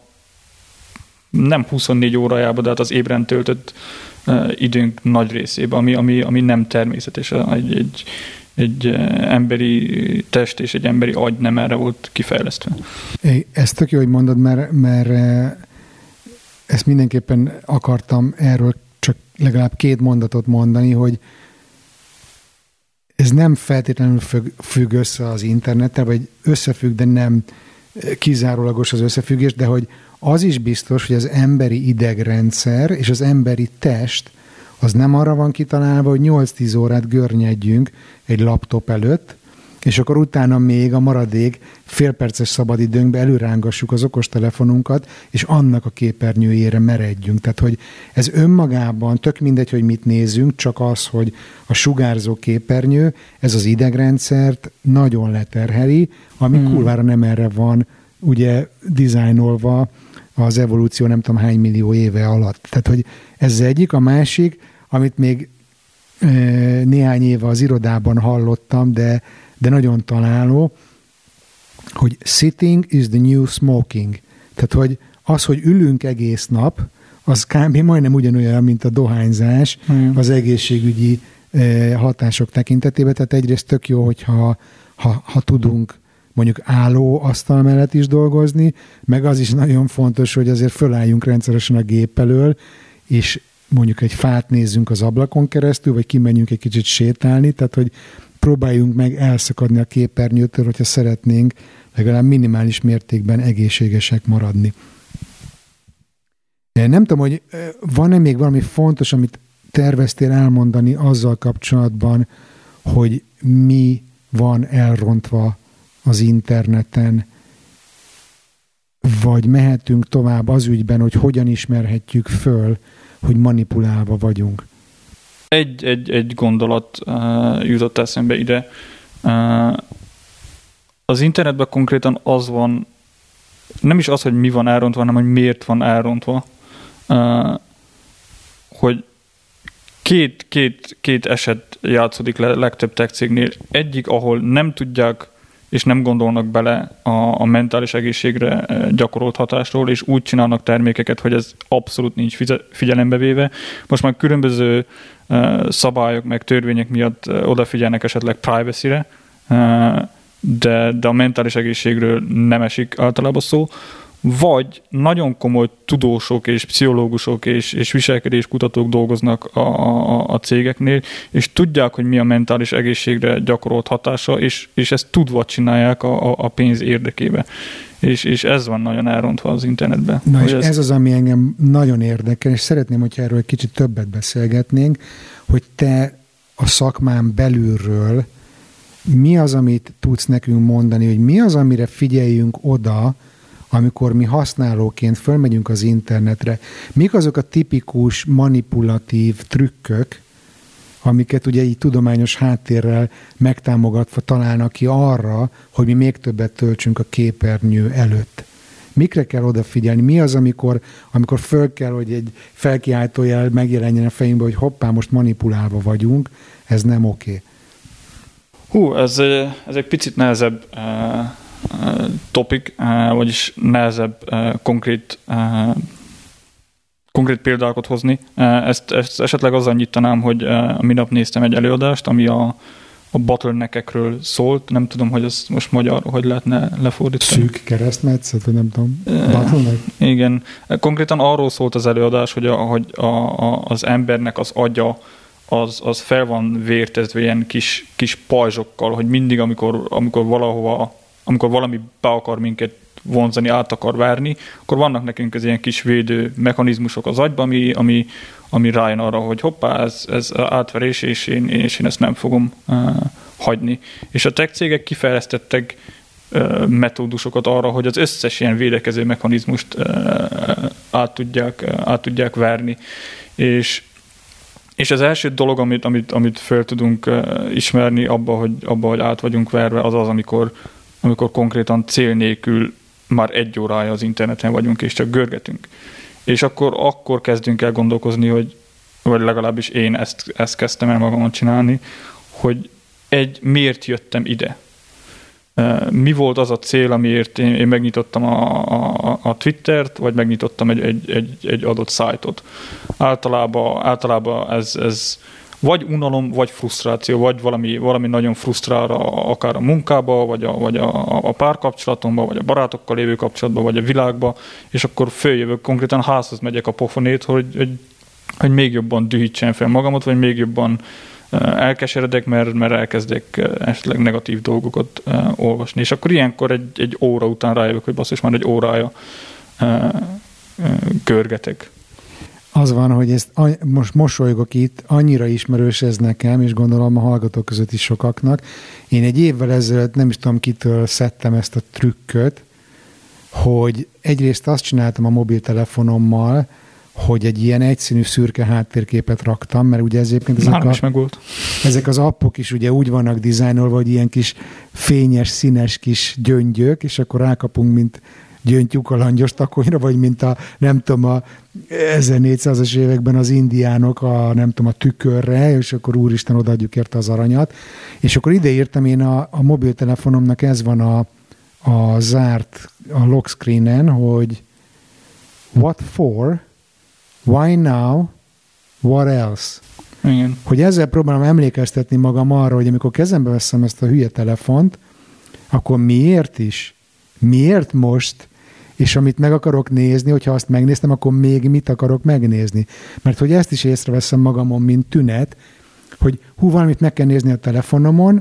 nem huszonnégy órájában, de hát az ébren töltött uh, időnk nagy részében, ami, ami, ami nem természetes. Egy, egy egy emberi test és egy emberi agy nem erre volt kifejlesztve. Ezt tök jó, hogy mondod, mert, mert ezt mindenképpen akartam erről csak legalább két mondatot mondani, hogy ez nem feltétlenül függ, függ össze az internettel, vagy összefügg, de nem kizárólagos az összefüggés, de hogy az is biztos, hogy az emberi idegrendszer és az emberi test az nem arra van kitalálva, hogy nyolc-tíz órát görnyedjünk egy laptop előtt, és akkor utána még a maradék félperces szabadidőnkbe előrángassuk az okostelefonunkat, és annak a képernyőjére meredjünk. Tehát, hogy ez önmagában tök mindegy, hogy mit nézünk, csak az, hogy a sugárzó képernyő, ez az idegrendszert nagyon leterheli, ami hmm. kurvára nem erre van ugye dizájnolva az evolúció nem tudom hány millió éve alatt. Tehát, hogy ez egyik, a másik, amit még e, néhány éve az irodában hallottam, de, de nagyon találó, hogy sitting is the new smoking. Tehát, hogy az, hogy ülünk egész nap, az kb. Majdnem ugyanolyan, mint a dohányzás hmm. az egészségügyi e, hatások tekintetében. Tehát egyrészt tök jó, hogyha ha, ha tudunk mondjuk álló asztal mellett is dolgozni, meg az is nagyon fontos, hogy azért fölálljunk rendszeresen a gép elől, és mondjuk egy fát nézzünk az ablakon keresztül, vagy kimenjünk egy kicsit sétálni, tehát hogy próbáljunk meg elszakadni a képernyőtől, hogyha szeretnénk legalább minimális mértékben egészségesek maradni. Nem tudom, hogy van-e még valami fontos, amit terveztél elmondani azzal kapcsolatban, hogy mi van elrontva az interneten, vagy mehetünk tovább az ügyben, hogy hogyan ismerhetjük föl, hogy manipulálva vagyunk. Egy, egy, egy gondolat uh, jutott eszembe ide. Uh, az internetben konkrétan az van, nem is az, hogy mi van elrontva, hanem hogy miért van elrontva. Uh, hogy két, két, két eset játszódik le legtöbb tech cégnél. Egyik, ahol nem tudják és nem gondolnak bele a, a mentális egészségre gyakorolt hatásról, és úgy csinálnak termékeket, hogy ez abszolút nincs figyelembe véve. Most már különböző uh, szabályok, meg törvények miatt uh, odafigyelnek esetleg privacy-re, uh, de, de a mentális egészségről nem esik általában szó. Vagy nagyon komoly tudósok és pszichológusok és, és viselkedéskutatók dolgoznak a, a, a cégeknél, és tudják, hogy mi a mentális egészségre gyakorolt hatása, és, és ezt tudva csinálják a, a pénz érdekébe. És, és ez van nagyon elrontva az internetben. Na és ez... ez az, ami engem nagyon érdekel, és szeretném, hogyha erről egy kicsit többet beszélgetnénk, hogy te a szakmán belülről mi az, amit tudsz nekünk mondani, hogy mi az, amire figyeljünk oda, amikor mi használóként fölmegyünk az internetre, mik azok a tipikus manipulatív trükkök, amiket ugye így tudományos háttérrel megtámogatva találnak ki arra, hogy mi még többet töltsünk a képernyő előtt. Mikre kell odafigyelni? Mi az, amikor, amikor föl kell, hogy egy felkiáltójel megjelenjen a fejünkbe, hogy hoppá, most manipulálva vagyunk, ez nem oké. Okay. Hú, ez, ez egy picit nehezebb uh... topic, vagyis nehezebb konkrét, konkrét példákat hozni. Ezt, ezt esetleg azzal nyittanám, hogy a minap néztem egy előadást, ami a, a bottleneckekről szólt. Nem tudom, hogy ezt most magyarul hogy lehetne lefordítani. Szűk keresztmetszet, vagy nem tudom. Bottleneck? Igen. Konkrétan arról szólt az előadás, hogy, a, hogy a, a, az embernek az agya az, az fel van vértezve ilyen kis, kis pajzsokkal, hogy mindig, amikor, amikor valahova amikor valami be akar minket vonzani, át akar várni, akkor vannak nekünk az ilyen kis védő mechanizmusok az agyban, ami, ami, ami rájön arra, hogy hoppá, ez, ez átverés, és én, és én ezt nem fogom uh, hagyni. És a tech cégek kifejlesztettek uh, metódusokat arra, hogy az összes ilyen védekező mechanizmust uh, át, tudják, uh, át tudják verni. És És az első dolog, amit, amit, amit fel tudunk uh, ismerni abba hogy, abba, hogy át vagyunk verve, az az, amikor amikor konkrétan cél nélkül már egy órája az interneten vagyunk, és csak görgetünk. És akkor, akkor kezdünk el gondolkozni, hogy, vagy legalábbis én ezt, ezt kezdtem el magamon csinálni, hogy egy, miért jöttem ide? Mi volt az a cél, amiért én, én megnyitottam a, a, a Twittert, vagy megnyitottam egy, egy, egy, egy adott szájtot. Általában, általában ez, ez vagy unalom, vagy frusztráció, vagy valami, valami nagyon frusztrál akár a munkába, vagy a, vagy a, a párkapcsolatomba, vagy a barátokkal lévő kapcsolatban, vagy a világba, és akkor följövök, konkrétan házhoz megyek a pofonét, hogy, hogy, hogy még jobban dühítsen fel magamat, vagy még jobban elkeseredek, mert, mert elkezdek esetleg negatív dolgokat uh, olvasni. És akkor ilyenkor egy, egy óra után rájövök, hogy basszus, már egy órája uh, uh, görgetek. Az van, hogy ezt most mosolygok itt, annyira ismerős ez nekem, és gondolom a hallgatók között is sokaknak. Én egy évvel ezelőtt nem is tudom kitől szedtem ezt a trükköt, hogy egyrészt azt csináltam a mobiltelefonommal, hogy egy ilyen egyszínű szürke háttérképet raktam, mert ugye ezért ezek, a, ezek az appok is ugye úgy vannak dizájnolva, hogy ilyen kis fényes, színes kis gyöngyök, és akkor rákapunk, mint gyöngytyúk a langyos takonyra, vagy mint a, nem tudom, a ezernégyszázas években az indiánok a, nem tudom, a tükörre, és akkor úristen, odaadjuk érte az aranyat. És akkor ide írtam én a, a mobiltelefonomnak, ez van a, a zárt, a lock screenen, hogy what for, why now, what else? Igen. Hogy ezzel próbálom emlékeztetni magam arra, hogy amikor kezembe veszem ezt a hülye telefont, akkor miért is? Miért most? És amit meg akarok nézni, hogyha azt megnéztem, akkor még mit akarok megnézni? Mert hogy ezt is észreveszem magamon, mint tünet, hogy hú, valamit meg kell nézni a telefonomon,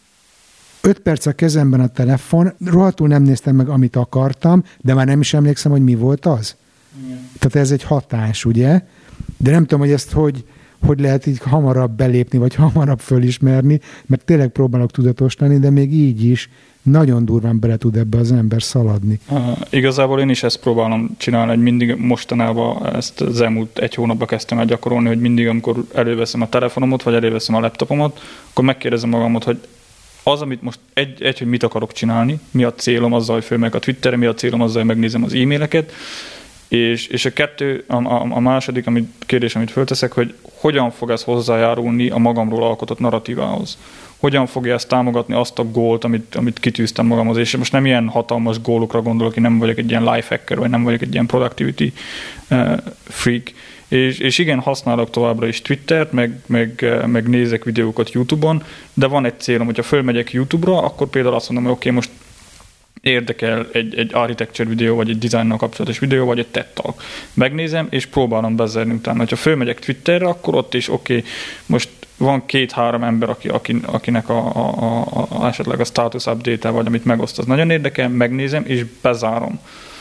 öt perc a kezemben a telefon, rohadtul nem néztem meg, amit akartam, de már nem is emlékszem, hogy mi volt az. Igen. Tehát ez egy hatás, ugye? De nem tudom, hogy ezt hogy, hogy lehet így hamarabb belépni, vagy hamarabb fölismerni, mert tényleg próbálok tudatos lenni, de még így is nagyon durván bele tud ebbe az ember szaladni. Uh, igazából én is ezt próbálom csinálni, hogy mindig mostanában ezt az elmúlt egy hónapban kezdtem el gyakorolni, hogy mindig, amikor előveszem a telefonomat, vagy előveszem a laptopomat, akkor megkérdezem magamot, hogy az, amit most egy, egy, hogy mit akarok csinálni, mi a célom azzal, hogy fölmegyek a Twitterre, mi a célom azzal, hogy megnézem az e-maileket, és, és a kettő, a, a, a második amit, kérdés, amit fölteszek, hogy hogyan fog ez hozzájárulni a magamról alkotott narratívához. Hogyan fogja ezt támogatni azt a gólt, amit, amit kitűztem magamhoz. És most nem ilyen hatalmas gólokra gondolok, én nem vagyok egy ilyen lifehacker, vagy nem vagyok egy ilyen productivity uh, freak. És, és igen, használok továbbra is Twittert, meg, meg, meg nézek videókat YouTube-on, de van egy célom, hogyha fölmegyek YouTube-ra, akkor például azt mondom, hogy oké, okay, most érdekel egy, egy architecture videó, vagy egy designnal kapcsolatos videó, vagy egy TED Talk. Megnézem, és próbálom bezerni utána. Ha fölmegyek Twitterre, akkor ott is oké, okay, most van két-három ember, aki, aki, akinek a, a, a, a, esetleg a status update-el, vagy amit megoszt, az nagyon érdekel, megnézem, és bezárom.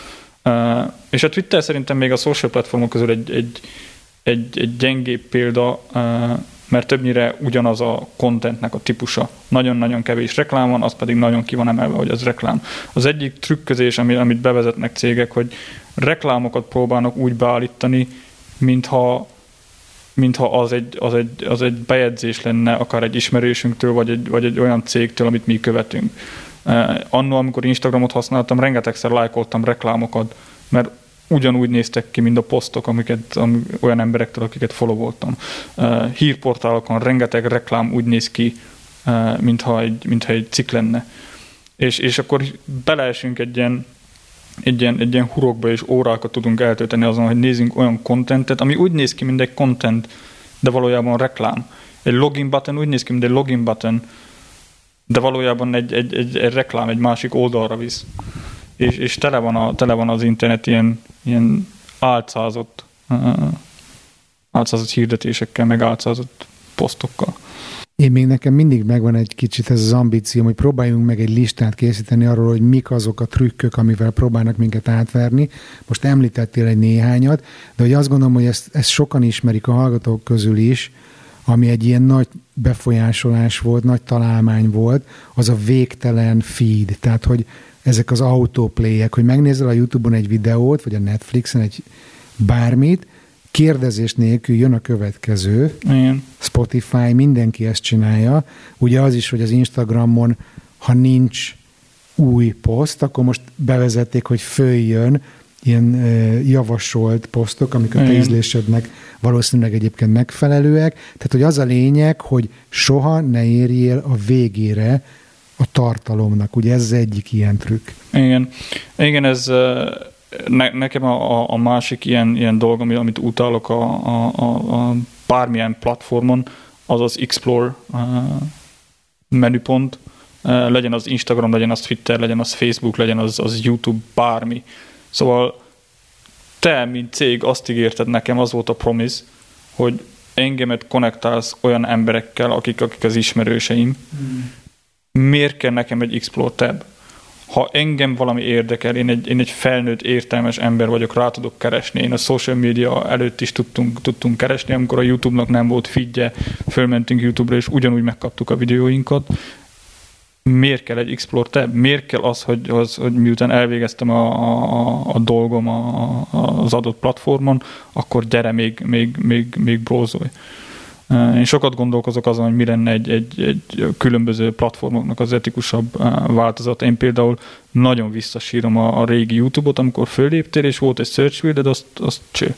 Uh, és a Twitter szerintem még a social platformok közül egy, egy, egy, egy gyengébb példa, uh, mert többnyire ugyanaz a contentnek a típusa. Nagyon-nagyon kevés reklám van, az pedig nagyon ki van emelve, hogy az reklám. Az egyik trükközés, amit bevezetnek cégek, hogy reklámokat próbálnak úgy beállítani, mintha, mintha az, egy, az, egy, az egy bejegyzés lenne, akár egy ismerősünktől, vagy egy, vagy egy olyan cégtől, amit mi követünk. Uh, annól, amikor Instagramot használtam, rengetegszer lájkoltam reklámokat, mert ugyanúgy néztek ki, mint a posztok, amiket am, olyan emberektől, akiket followoltam. Uh, hírportálokon rengeteg reklám úgy néz ki, uh, mintha, egy, mintha egy cikk lenne. És, és akkor beleesünk egy ilyen, egy, ilyen, egy ilyen hurokba, és órákat tudunk eltölteni azon, hogy nézzünk olyan contentet, ami úgy néz ki, mint egy content, de valójában reklám. Egy login button úgy néz ki, mint egy login button, de valójában egy, egy, egy, egy reklám egy másik oldalra visz. És, és tele, van a, tele van az internet ilyen, ilyen álcázott, uh, álcázott hirdetésekkel, meg álcázott posztokkal. Én még nekem mindig megvan egy kicsit ez az ambícióm, hogy próbáljunk meg egy listát készíteni arról, hogy mik azok a trükkök, amivel próbálnak minket átverni. Most említettél egy néhányat, de hogy azt gondolom, hogy ezt, ezt sokan ismerik a hallgatók közül is, ami egy ilyen nagy befolyásolás volt, nagy találmány volt, az a végtelen feed. Tehát, hogy ezek az autoplayek, hogy megnézel a YouTube-on egy videót, vagy a Netflixen egy bármit, kérdezés nélkül jön a következő. Igen. Spotify, mindenki ezt csinálja. Ugye az is, hogy az Instagramon, ha nincs új poszt, akkor most bevezették, hogy följön ilyen uh, javasolt posztok, amik a te ízlésednek valószínűleg egyébként megfelelőek. Tehát, hogy az a lényeg, hogy soha ne érjél a végére a tartalomnak. Ugye ez az egyik ilyen trükk. Igen. Igen, ez ne, nekem a, a másik ilyen, ilyen dolog, amit utálok a, a, a, a bármilyen platformon, az az Explore uh, menüpont. Uh, legyen az Instagram, legyen az Twitter, legyen az Facebook, legyen az, az YouTube, bármi. Szóval te, mint cég azt ígérted nekem, az volt a promise, hogy engemet konnektálsz olyan emberekkel, akik, akik az ismerőseim. Mm. Miért kell nekem egy Explore tab? ha engem valami érdekel, én egy, én egy felnőtt, értelmes ember vagyok, rá tudok keresni. Én a social media előtt is tudtunk, tudtunk keresni, amikor a YouTube-nak nem volt feedje, fölmentünk YouTube-ra, és ugyanúgy megkaptuk a videóinkat. Miért kell egy Explore tab? Miért kell az, hogy, az, hogy miután elvégeztem a, a, a dolgom a, a, az adott platformon, akkor gyere, még, még, még, még browsolj. Én sokat gondolkozok azon, hogy mi lenne egy, egy, egy különböző platformoknak az etikusabb változata. Én például nagyon visszasírom a, a régi YouTube-ot, amikor föléptél, és volt egy search wheel, de azt, azt cső.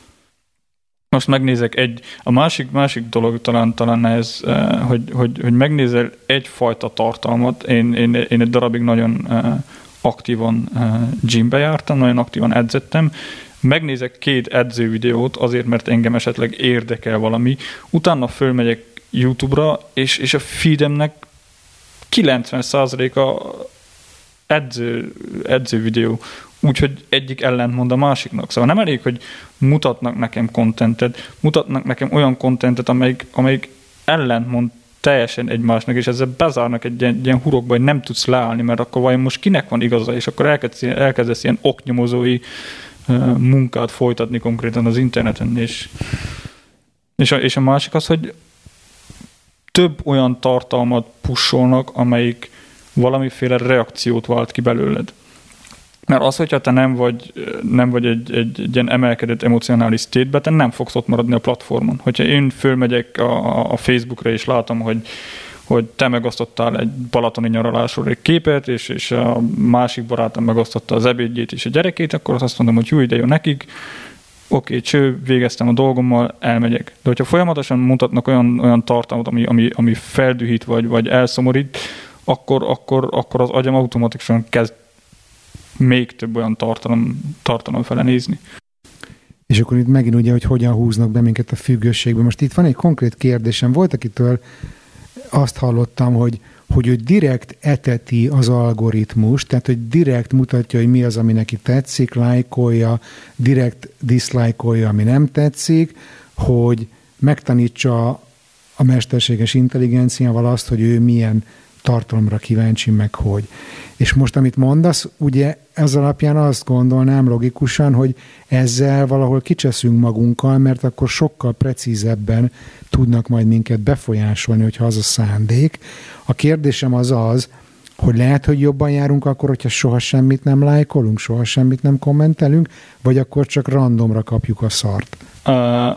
Most megnézek egy, a másik, másik dolog talán, talán ez, hogy, hogy, hogy megnézel egyfajta tartalmat. Én, én, én egy darabig nagyon aktívan gymbe jártam, nagyon aktívan edzettem. Megnézek két edző videót azért, mert engem esetleg érdekel valami, utána fölmegyek YouTube-ra, és, és a feedemnek kilencven százaléka edző, edző videó. Úgyhogy egyik ellentmond a másiknak. Szóval nem elég, hogy mutatnak nekem contentet, mutatnak nekem olyan contentet, amelyik, amelyik ellentmond teljesen egymásnak, és ezzel bezárnak egy ilyen, ilyen hurokba, hogy nem tudsz leállni, mert akkor vajon most kinek van igaza, és akkor elkezdesz, elkezdesz ilyen oknyomozói munkát folytatni konkrétan az interneten, és, és, a, és a másik az, hogy több olyan tartalmat pusolnak, amelyik valamiféle reakciót vált ki belőled. Mert az, hogyha te nem vagy, nem vagy egy, egy, egy ilyen emelkedett emocionális state-be, te nem fogsz ott maradni a platformon. Hogyha én fölmegyek a, a Facebookra, és látom, hogy hogy te megosztottál egy balatoni nyaralásról egy képet, és, és a másik barátom megosztotta az ebédjét és a gyerekét, akkor azt mondom, hogy jó, ide jó nekik, oké, cső, végeztem a dolgommal, elmegyek. De hogyha folyamatosan mutatnak olyan, olyan tartalmat, ami, ami, ami feldühít, vagy, vagy elszomorít, akkor, akkor, akkor az agyam automatikusan kezd még több olyan tartalom, tartalom fele nézni. És akkor itt megint ugye, hogy hogyan húznak be minket a függőségbe. Most itt van egy konkrét kérdésem. Volt, akitől azt hallottam, hogy, hogy ő direkt eteti az algoritmus, tehát hogy direkt mutatja, hogy mi az, ami neki tetszik, lájkolja, direkt diszlájkolja, ami nem tetszik, hogy megtanítsa a mesterséges intelligenciával azt, hogy ő milyen tartalomra kíváncsi, meg hogy. És most, amit mondasz, ugye ez alapján azt gondolnám logikusan, hogy ezzel valahol kicseszünk magunkkal, mert akkor sokkal precízebben tudnak majd minket befolyásolni, hogyha az a szándék. A kérdésem az az, hogy lehet, hogy jobban járunk akkor, hogyha soha semmit nem lájkolunk, soha semmit nem kommentelünk, vagy akkor csak randomra kapjuk a szart? Uh,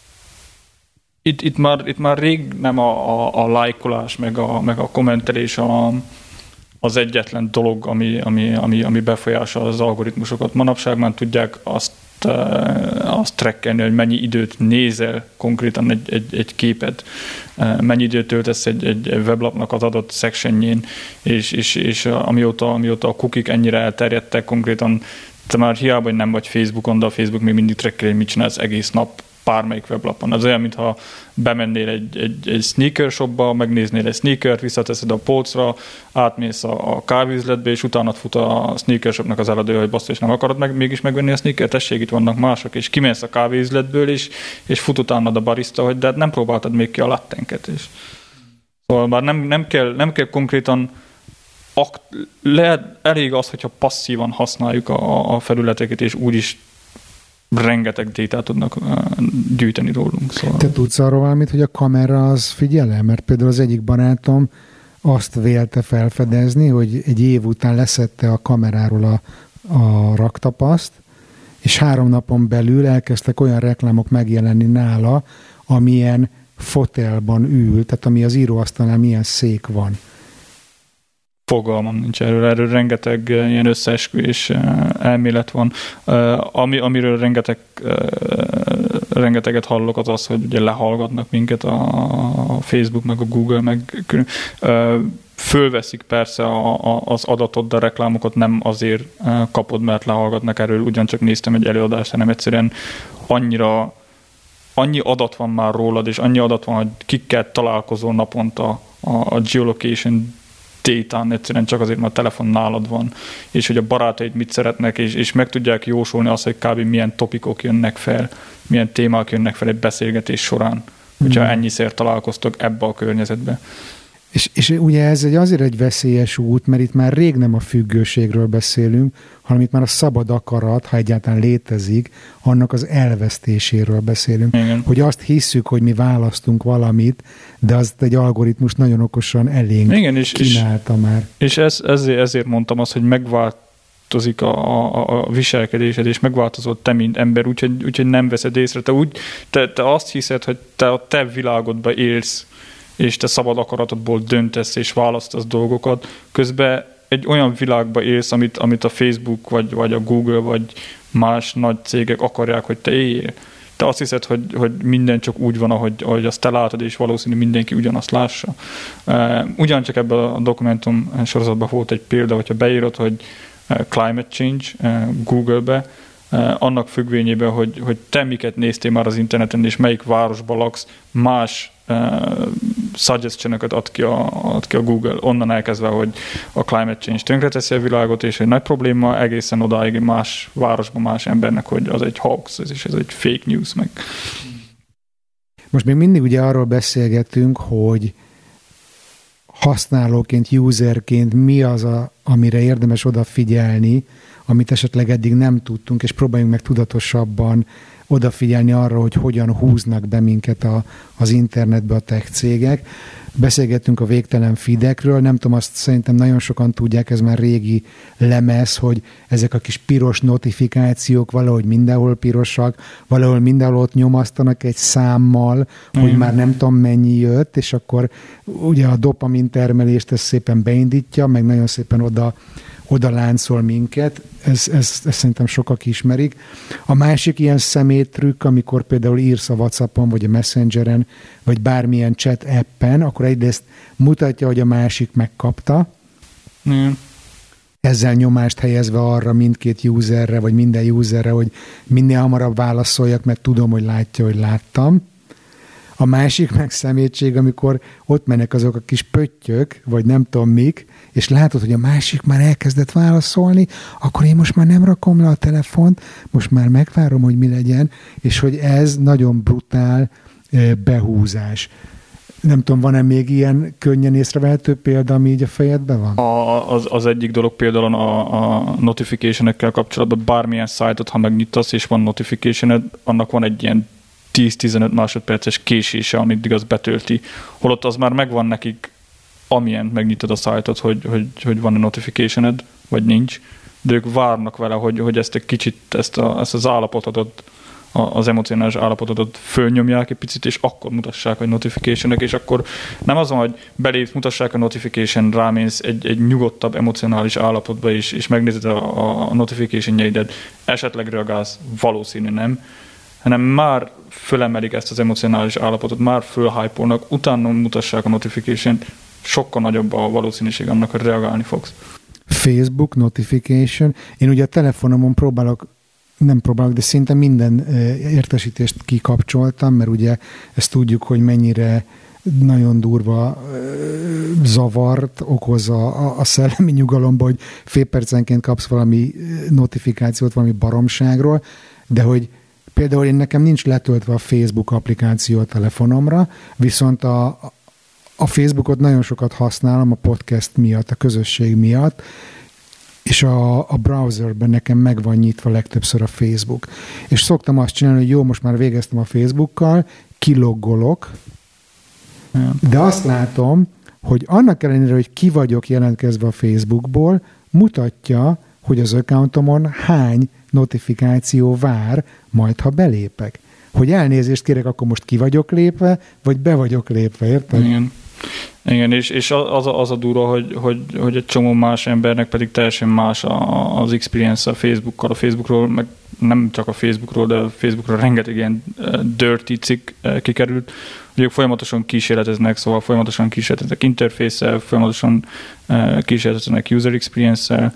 itt, itt, már, itt már rég nem a, a, a lájkolás, meg a, meg a kommentelés a, az egyetlen dolog, ami, ami, ami, ami befolyásol az algoritmusokat. Manapság már tudják azt, uh, azt trackelni, hogy mennyi időt nézel konkrétan egy, egy, egy képet, uh, mennyi időt töltesz egy, egy weblapnak az adott sectionjén, és, és, és amióta, amióta a cookik ennyire elterjedtek, konkrétan te már hiába, hogy nem vagy Facebookon, de a Facebook még mindig trackeli, hogy mit csinálsz egész nap bármelyik weblapon. Az olyan, mintha bemennél egy, egy, egy sneaker shopba, megnéznél egy sneakert, visszateszed a polcra, átmész a, a kávéüzletbe, és utána fut a sneaker shopnak az eladója, hogy basszus, nem akarod meg, mégis megvenni a sneakert, tessék, itt vannak mások, és kimész a kávéüzletből, és, és fut utánad a barista, hogy de nem próbáltad még ki a lattenket. És szóval már nem, nem, kell, nem kell konkrétan akt, lehet, elég az, hogyha passzívan használjuk a, a felületeket, és úgyis rengeteg détát tudnak gyűjteni rólunk. Szóval. Te tudsz arról valamit, hogy a kamera az figyel-e? Mert például az egyik barátom azt vélte felfedezni, hogy egy év után leszedte a kameráról a, a raktapaszt, és három napon belül elkezdtek olyan reklámok megjelenni nála, amilyen fotelban ül, tehát ami az íróasztalnál milyen szék van. Fogalmam nincs erről, erről rengeteg ilyen összeesküvés elmélet van. Ami, amiről rengeteg, rengeteget hallok, az az, hogy ugye lehallgatnak minket a Facebook, meg a Google, meg fölveszik persze a, a, az adatot, de a reklámokat nem azért kapod, mert lehallgatnak erről. Ugyancsak néztem egy előadást, hanem egyszerűen annyira annyi adat van már rólad, és annyi adat van, hogy kikkel találkozol naponta a, a geolocation détán, egyszerűen csak azért, mert a telefon nálad van, és hogy a barátaid mit szeretnek, és, és meg tudják jósolni azt, hogy kb. Milyen topikok jönnek fel, milyen témák jönnek fel egy beszélgetés során, hogyha ennyiszer találkoztok ebbe a környezetbe. És, és ugye ez egy azért egy veszélyes út, mert itt már rég nem a függőségről beszélünk, hanem itt már a szabad akarat, ha egyáltalán létezik, annak az elvesztéséről beszélünk. Igen. Hogy azt hisszük, hogy mi választunk valamit, de azt egy algoritmus nagyon okosan elénk Igen, és, kínálta és, már. És ez, ezért, ezért mondtam azt, hogy megváltozik a, a, a viselkedésed, és megváltozott te, mint ember, úgyhogy, úgyhogy nem veszed észre. Te, úgy, te, te azt hiszed, hogy te a te világodba élsz, és te szabad akaratodból döntesz és választasz dolgokat, közben egy olyan világba élsz, amit, amit a Facebook, vagy, vagy a Google, vagy más nagy cégek akarják, hogy te éljél. Te azt hiszed, hogy, hogy minden csak úgy van, ahogy, ahogy azt te látod, és valószínű mindenki ugyanazt lássa. Ugyancsak ebben a dokumentum sorozatban volt egy példa, hogyha beírod, hogy climate change Google-be, annak függvényében, hogy, hogy te miket néztél már az interneten, és melyik városban laksz, más uh, suggestion-öket ad ki, a, ad ki a Google, onnan elkezdve, hogy a climate change tönkreteszi a világot, és egy nagy probléma, egészen odáig más városban, más embernek, hogy az egy hoax, ez is ez egy fake news meg. Most még mindig ugye arról beszélgetünk, hogy használóként, userként mi az, a, amire érdemes odafigyelni, amit esetleg eddig nem tudtunk, és próbáljunk meg tudatosabban odafigyelni arra, hogy hogyan húznak be minket a, az internetbe a tech cégek. Beszélgettünk a végtelen feedekről, nem tudom, azt szerintem nagyon sokan tudják, ez már régi lemez, hogy ezek a kis piros notifikációk valahogy mindenhol pirosak, valahol mindenhol ott nyomasztanak egy számmal, mm. hogy már nem tudom mennyi jött, és akkor ugye a dopamin termelést ez szépen beindítja, meg nagyon szépen oda oda láncol minket, ez, ez, ez szerintem sokak ismerik. A másik ilyen szeméttrükk, amikor például írsz a WhatsAppon, vagy a Messengeren, vagy bármilyen chat appen, akkor egyrészt mutatja, hogy a másik megkapta, mm. ezzel nyomást helyezve arra mindkét userre, vagy minden userre, hogy minél hamarabb válaszoljak, mert tudom, hogy látja, hogy láttam. A másik meg szemétség, amikor ott mennek azok a kis pöttyök, vagy nem tudom mik, és látod, hogy a másik már elkezdett válaszolni, akkor én most már nem rakom le a telefont, most már megvárom, hogy mi legyen, és hogy ez nagyon brutál behúzás. Nem tudom, van-e még ilyen könnyen észrevehető példa, ami így a fejedben van? A, az, az egyik dolog például a, a notification-ekkel kapcsolatban, bármilyen szájtot, ha megnyitasz, és van notification-ed, annak van egy ilyen tíz-tizenöt másodperces késése, amíg az betölti. Holott az már megvan nekik, amilyen megnyitod a szájtot, hogy, hogy, hogy van a notification-ed, vagy nincs, de ők várnak vele, hogy, hogy ezt egy kicsit, ezt, a, ezt az állapotodat, az emocionális állapotodat fölnyomják egy picit, és akkor mutassák, hogy notification-ök, és akkor nem az van, hogy belépsz, mutassák a notification, rámész egy, egy nyugodtabb emocionális állapotba, és, és megnézed a, a notification-jeidet, esetleg reagálsz, valószínű nem, hanem már fölemelik ezt az emocionális állapotot, már fölhypolnak, utána mutassák a notification, sokkal nagyobb a valószínűség annak, hogy reagálni fogsz. Facebook notification. Én ugye a telefonomon próbálok, nem próbálok, de szinte minden értesítést kikapcsoltam, mert ugye ezt tudjuk, hogy mennyire nagyon durva zavart okoz a, a szellemi nyugalomba, hogy fél percenként kapsz valami notifikációt, valami baromságról, de hogy például én nekem nincs letöltve a Facebook applikáció a telefonomra, viszont a, a Facebookot nagyon sokat használom a podcast miatt, a közösség miatt, és a, a browserben nekem meg van nyitva legtöbbször a Facebook. És szoktam azt csinálni, hogy jó, most már végeztem a Facebookkal, kiloggolok, de azt látom, hogy annak ellenére, hogy ki vagyok jelentkezve a Facebookból, mutatja, hogy az accountomon hány notifikáció vár, majd ha belépek. Hogy elnézést kérek, akkor most ki vagyok lépve, vagy be vagyok lépve, érted? Igen. Igen, és, és az, a, az a durva, hogy, hogy, hogy egy csomó más embernek pedig teljesen más a, az experience a Facebookkal. A Facebookról, meg nem csak a Facebookról, de a Facebookról rengeteg ilyen dirty cikk kikerült, hogy ők folyamatosan kísérleteznek, szóval folyamatosan kísérleteznek interfésszel, folyamatosan kísérleteznek user experience-szel.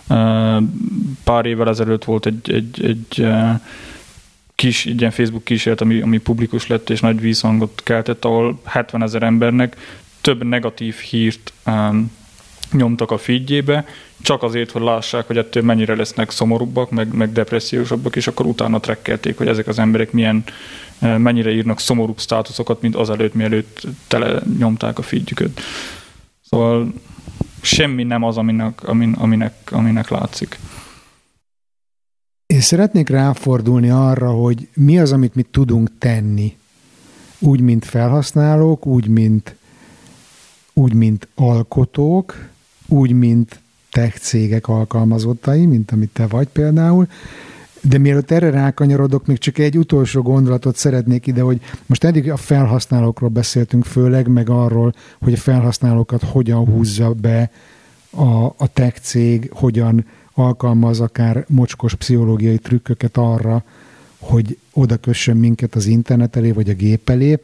Pár évvel ezelőtt volt egy, egy, egy kis, egy ilyen Facebook kísérlet, ami, ami publikus lett és nagy vízhangot keltett, ahol hetvenezer embernek több negatív hírt um, nyomtak a feedjébe, csak azért, hogy lássák, hogy ettől mennyire lesznek szomorúbbak, meg, meg depressziósabbak, és akkor utána trekkelték, hogy ezek az emberek milyen, mennyire írnak szomorúbb státuszokat, mint azelőtt, mielőtt tele nyomták a feedjüket. Szóval semmi nem az, aminek, amin, aminek, aminek látszik. Én szeretnék ráfordulni arra, hogy mi az, amit mi tudunk tenni. Úgy, mint felhasználók, úgy, mint, úgy, mint alkotók, úgy, mint tech cégek alkalmazottai, mint amit te vagy például. De mielőtt erre rákanyarodok, még csak egy utolsó gondolatot szeretnék ide, hogy most eddig a felhasználókról beszéltünk főleg, meg arról, hogy a felhasználókat hogyan húzza be a, a tech cég, hogyan alkalmaz akár mocskos pszichológiai trükköket arra, hogy oda kössön minket az internet elé, vagy a gép elé.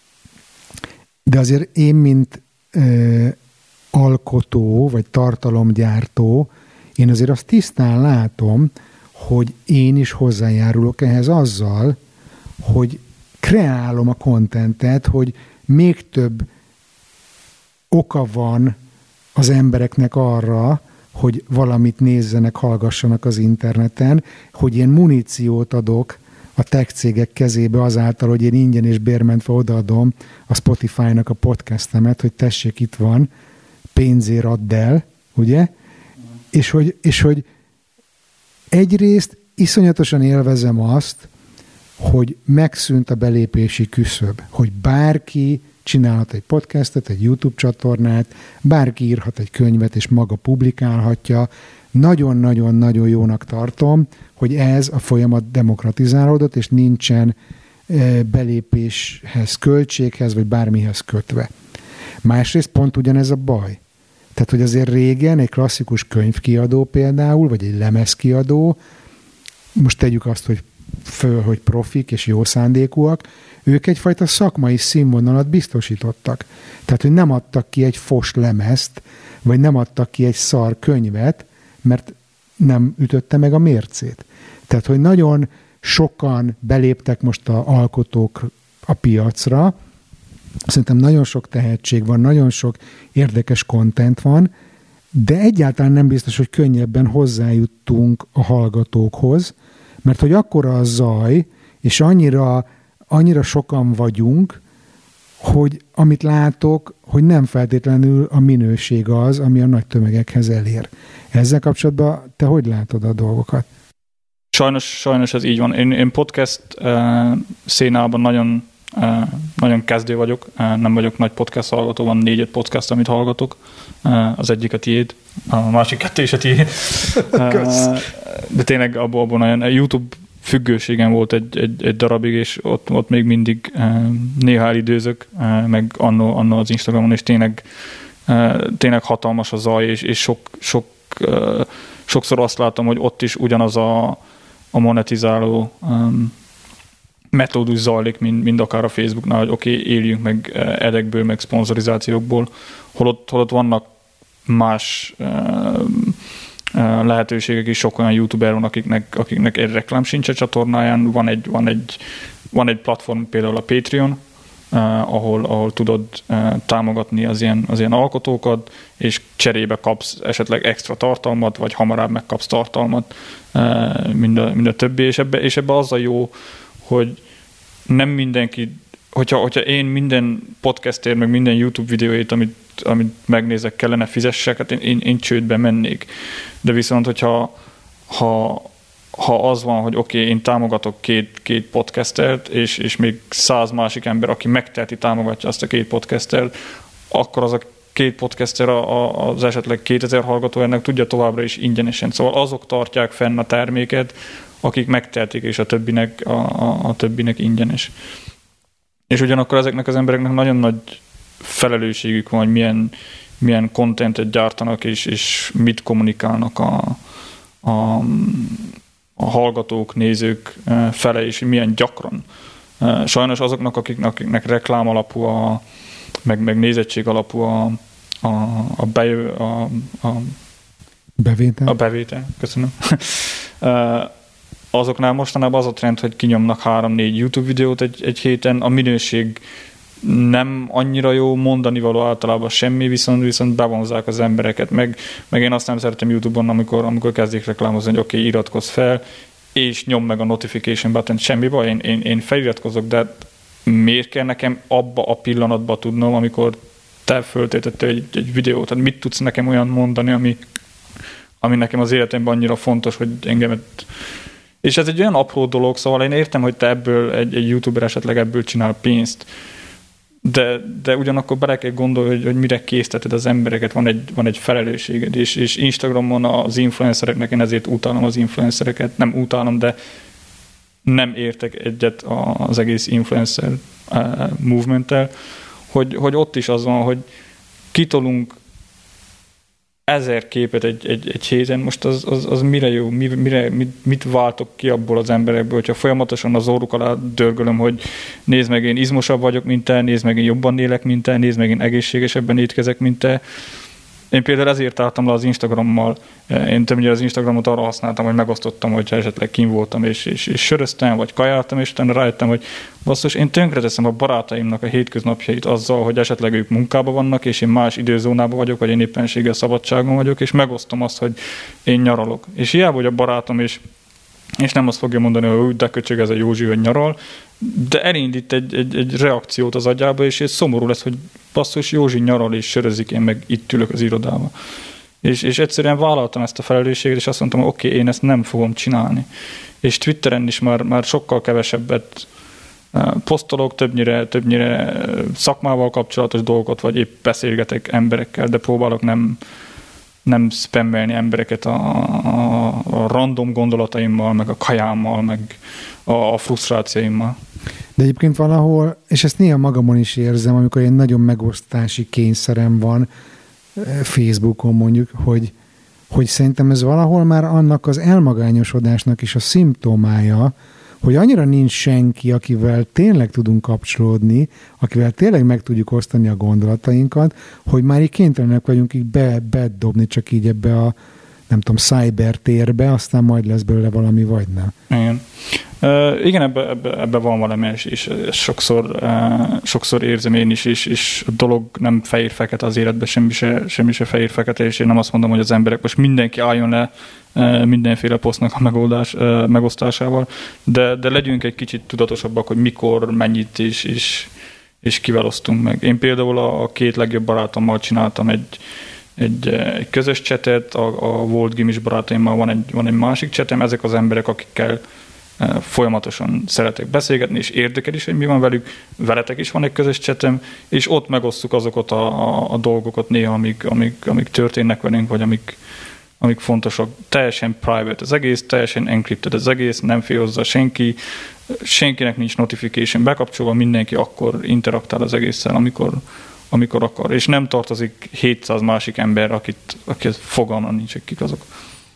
De azért én, mint ö, alkotó, vagy tartalomgyártó, én azért azt tisztán látom, hogy én is hozzájárulok ehhez azzal, hogy kreálom a kontentet, hogy még több oka van az embereknek arra, hogy valamit nézzenek, hallgassanak az interneten, hogy én muníciót adok a tech cégek kezébe azáltal, hogy én ingyen és bérmentve odaadom a Spotify-nak a podcastemet, hogy tessék, itt van, pénzért add el, ugye? Mm. És hogy, és hogy egyrészt iszonyatosan élvezem azt, hogy megszűnt a belépési küszöb, hogy bárki csinálhat egy podcastet, egy YouTube csatornát, bárki írhat egy könyvet, és maga publikálhatja. Nagyon-nagyon-nagyon jónak tartom, hogy ez a folyamat demokratizálódott, és nincsen belépéshez, költséghez, vagy bármihez kötve. Másrészt pont ugyanez a baj. Tehát, hogy azért régen egy klasszikus könyvkiadó például, vagy egy lemezkiadó, most tegyük azt, hogy föl, hogy profik és jó szándékúak, ők egyfajta szakmai színvonalat biztosítottak. Tehát, hogy nem adtak ki egy fos lemezt, vagy nem adtak ki egy szar könyvet, mert nem ütötte meg a mércét. Tehát, hogy nagyon sokan beléptek most a alkotók a piacra, szerintem nagyon sok tehetség van, nagyon sok érdekes content van, de egyáltalán nem biztos, hogy könnyebben hozzájuttunk a hallgatókhoz, mert hogy akkora a zaj, és annyira, annyira sokan vagyunk, hogy amit látok, hogy nem feltétlenül a minőség az, ami a nagy tömegekhez elér. Ezzel kapcsolatban te hogy látod a dolgokat? Sajnos, sajnos ez így van. Én, én podcast uh, szénában nagyon, uh, nagyon kezdő vagyok. Uh, nem vagyok nagy podcast hallgató, van négy-öt podcast, amit hallgatok. Uh, az egyik a tiéd, a másik kettő is a tiéd. Uh, de tényleg abból, abból nagyon YouTube függőségem volt egy, egy, egy darabig, és ott, ott még mindig uh, néha elidőzök, uh, meg anno, anno az Instagramon, és tényleg, uh, tényleg hatalmas a zaj, és, és sok, sok, uh, sokszor azt látom, hogy ott is ugyanaz a, a monetizáló um, metódus zajlik, mint, mint akár a Facebooknál, hogy oké, okay, éljünk meg edekből, meg szponzorizációkból, holott, holott vannak más uh, lehetőségek is, sok olyan youtuber van, akiknek, akiknek egy reklám sincs a csatornáján, van egy, van egy, van egy platform, például a Patreon, uh, ahol, ahol tudod uh, támogatni az ilyen, az ilyen alkotókat, és cserébe kapsz esetleg extra tartalmat, vagy hamarabb megkapsz tartalmat, uh, mind, a, mind a többi, és ebbe, és ebbe az a jó, hogy nem mindenki, hogyha, hogyha én minden podcastért, meg minden YouTube videóért, amit, amit megnézek, kellene fizessek, hát én, én, én csődbe mennék. De viszont, hogyha ha, ha az van, hogy oké, okay, én támogatok két, két podcastert, és, és még száz másik ember, aki megteheti, támogatja azt a két podcastert, akkor az a két podcaster a, a, az esetleg kétezer hallgató ennek tudja továbbra is ingyenesen. Szóval azok tartják fenn a terméket, akik megtehetik, és a többinek, a, a, a többinek ingyenes. És ugyanakkor ezeknek az embereknek nagyon nagy felelősségük van, hogy milyen, milyen contentet gyártanak, és, és mit kommunikálnak a, a, a hallgatók, nézők fele, és milyen gyakran. Sajnos azoknak, akiknek, akiknek reklám alapú, a, meg, meg nézettség alapú a, a, a, bejö, a, a bevétel. A bevétel, köszönöm. Azoknál mostanában az a trend, hogy kinyomnak három-négy YouTube videót egy, egy héten, a minőség nem annyira jó, mondani való általában semmi, viszont, viszont bevonzák az embereket, meg, meg én azt nem szeretem YouTube-on, amikor, amikor kezdik reklámozni, hogy oké, okay, iratkozz fel, és nyom meg a notification button, semmi baj, én, én, én feliratkozok, de miért kell nekem abba a pillanatban tudnom, amikor te föltétettél egy, egy videót, tehát mit tudsz nekem olyan mondani, ami, ami nekem az életemben annyira fontos, hogy engemet... És ez egy olyan apró dolog, szóval én értem, hogy te ebből, egy, egy youtuber esetleg ebből csinál pénzt, de, de ugyanakkor bele kell gondolni, hogy, hogy mire készteted az embereket, van egy, van egy felelősséged, és, és Instagramon az influencereknek, én ezért utálom az influencereket, nem utálom, de nem értek egyet az egész influencer uh, movementtel, hogy, hogy ott is az van, hogy kitolunk ezer képet egy, egy, egy héten, most az, az, az mire jó, mire, mit, mit váltok ki abból az emberekből, hogyha folyamatosan az orruk alá dörgölöm, hogy nézd meg, én izmosabb vagyok, mint te, nézd meg, én jobban élek, mint te, nézd meg, én egészségesebben étkezek, mint te. Én például ezért álltam le az Instagrammal. Én többnyire az Instagramot arra használtam, hogy megosztottam, hogyha esetleg kim voltam, és, és, és söröztem, vagy kajáltam, és utána rájöttem, hogy basszus, én tönkreteszem a barátaimnak a hétköznapjait azzal, hogy esetleg ők munkában vannak, és én más időzónában vagyok, vagy én éppenséggel szabadságon vagyok, és megosztom azt, hogy én nyaralok. És hiába, hogy a barátom is, és nem azt fogja mondani, hogy de köcsög ez a Józsi, hogy nyaral, de elindít egy, egy, egy reakciót az agyába, és ez szomorú lesz, hogy basszus, Józsi nyaral és sörözik, én meg itt ülök az irodába. És, és egyszerűen vállaltam ezt a felelősséget, és azt mondtam, hogy oké, okay, én ezt nem fogom csinálni. És Twitteren is már, már sokkal kevesebbet posztolok, többnyire, többnyire szakmával kapcsolatos dolgot, vagy épp beszélgetek emberekkel, de próbálok nem, nem spammelni embereket a, a, a random gondolataimmal, meg a kajámmal, meg a, a frusztrációimmal. De egyébként valahol, és ezt néha magamon is érzem, amikor egy nagyon megosztási kényszerem van Facebookon mondjuk, hogy, hogy szerintem ez valahol már annak az elmagányosodásnak is a szimptomája, hogy annyira nincs senki, akivel tényleg tudunk kapcsolódni, akivel tényleg meg tudjuk osztani a gondolatainkat, hogy már így kénytelenek vagyunk így be, bedobni csak így ebbe a, nem tudom, cybertérbe, aztán majd lesz belőle valami, vagy nem. Igen. Uh, igen, ebbe, ebbe, ebbe van valami, és, és sokszor, uh, sokszor érzem én is, és, és a dolog nem fehér-fekete az életben, semmi se, semmi se fehér-fekete, és én nem azt mondom, hogy az emberek, most mindenki álljon le uh, mindenféle posztnak a megoldás, uh, megosztásával, de, de legyünk egy kicsit tudatosabbak, hogy mikor, mennyit és, és, és kivel osztunk meg. Én például a, a két legjobb barátommal csináltam egy Egy, egy közös csetet, a, a volt gimis barátaimmal van egy, van egy másik csetem, ezek az emberek, akikkel e, folyamatosan szeretek beszélgetni, és érdekel is, hogy mi van velük, veletek is van egy közös csetem, és ott megosztjuk azokat a, a, a dolgokat néha, amik, amik, amik történnek velünk, vagy amik, amik fontosak. Teljesen private az egész, teljesen encrypted az egész, nem fél hozzá senki, senkinek nincs notification bekapcsolva, mindenki akkor interaktál az egésszel, amikor amikor akar, és nem tartozik hétszáz másik ember, akit, akit fogalma nincs, hogy kik azok.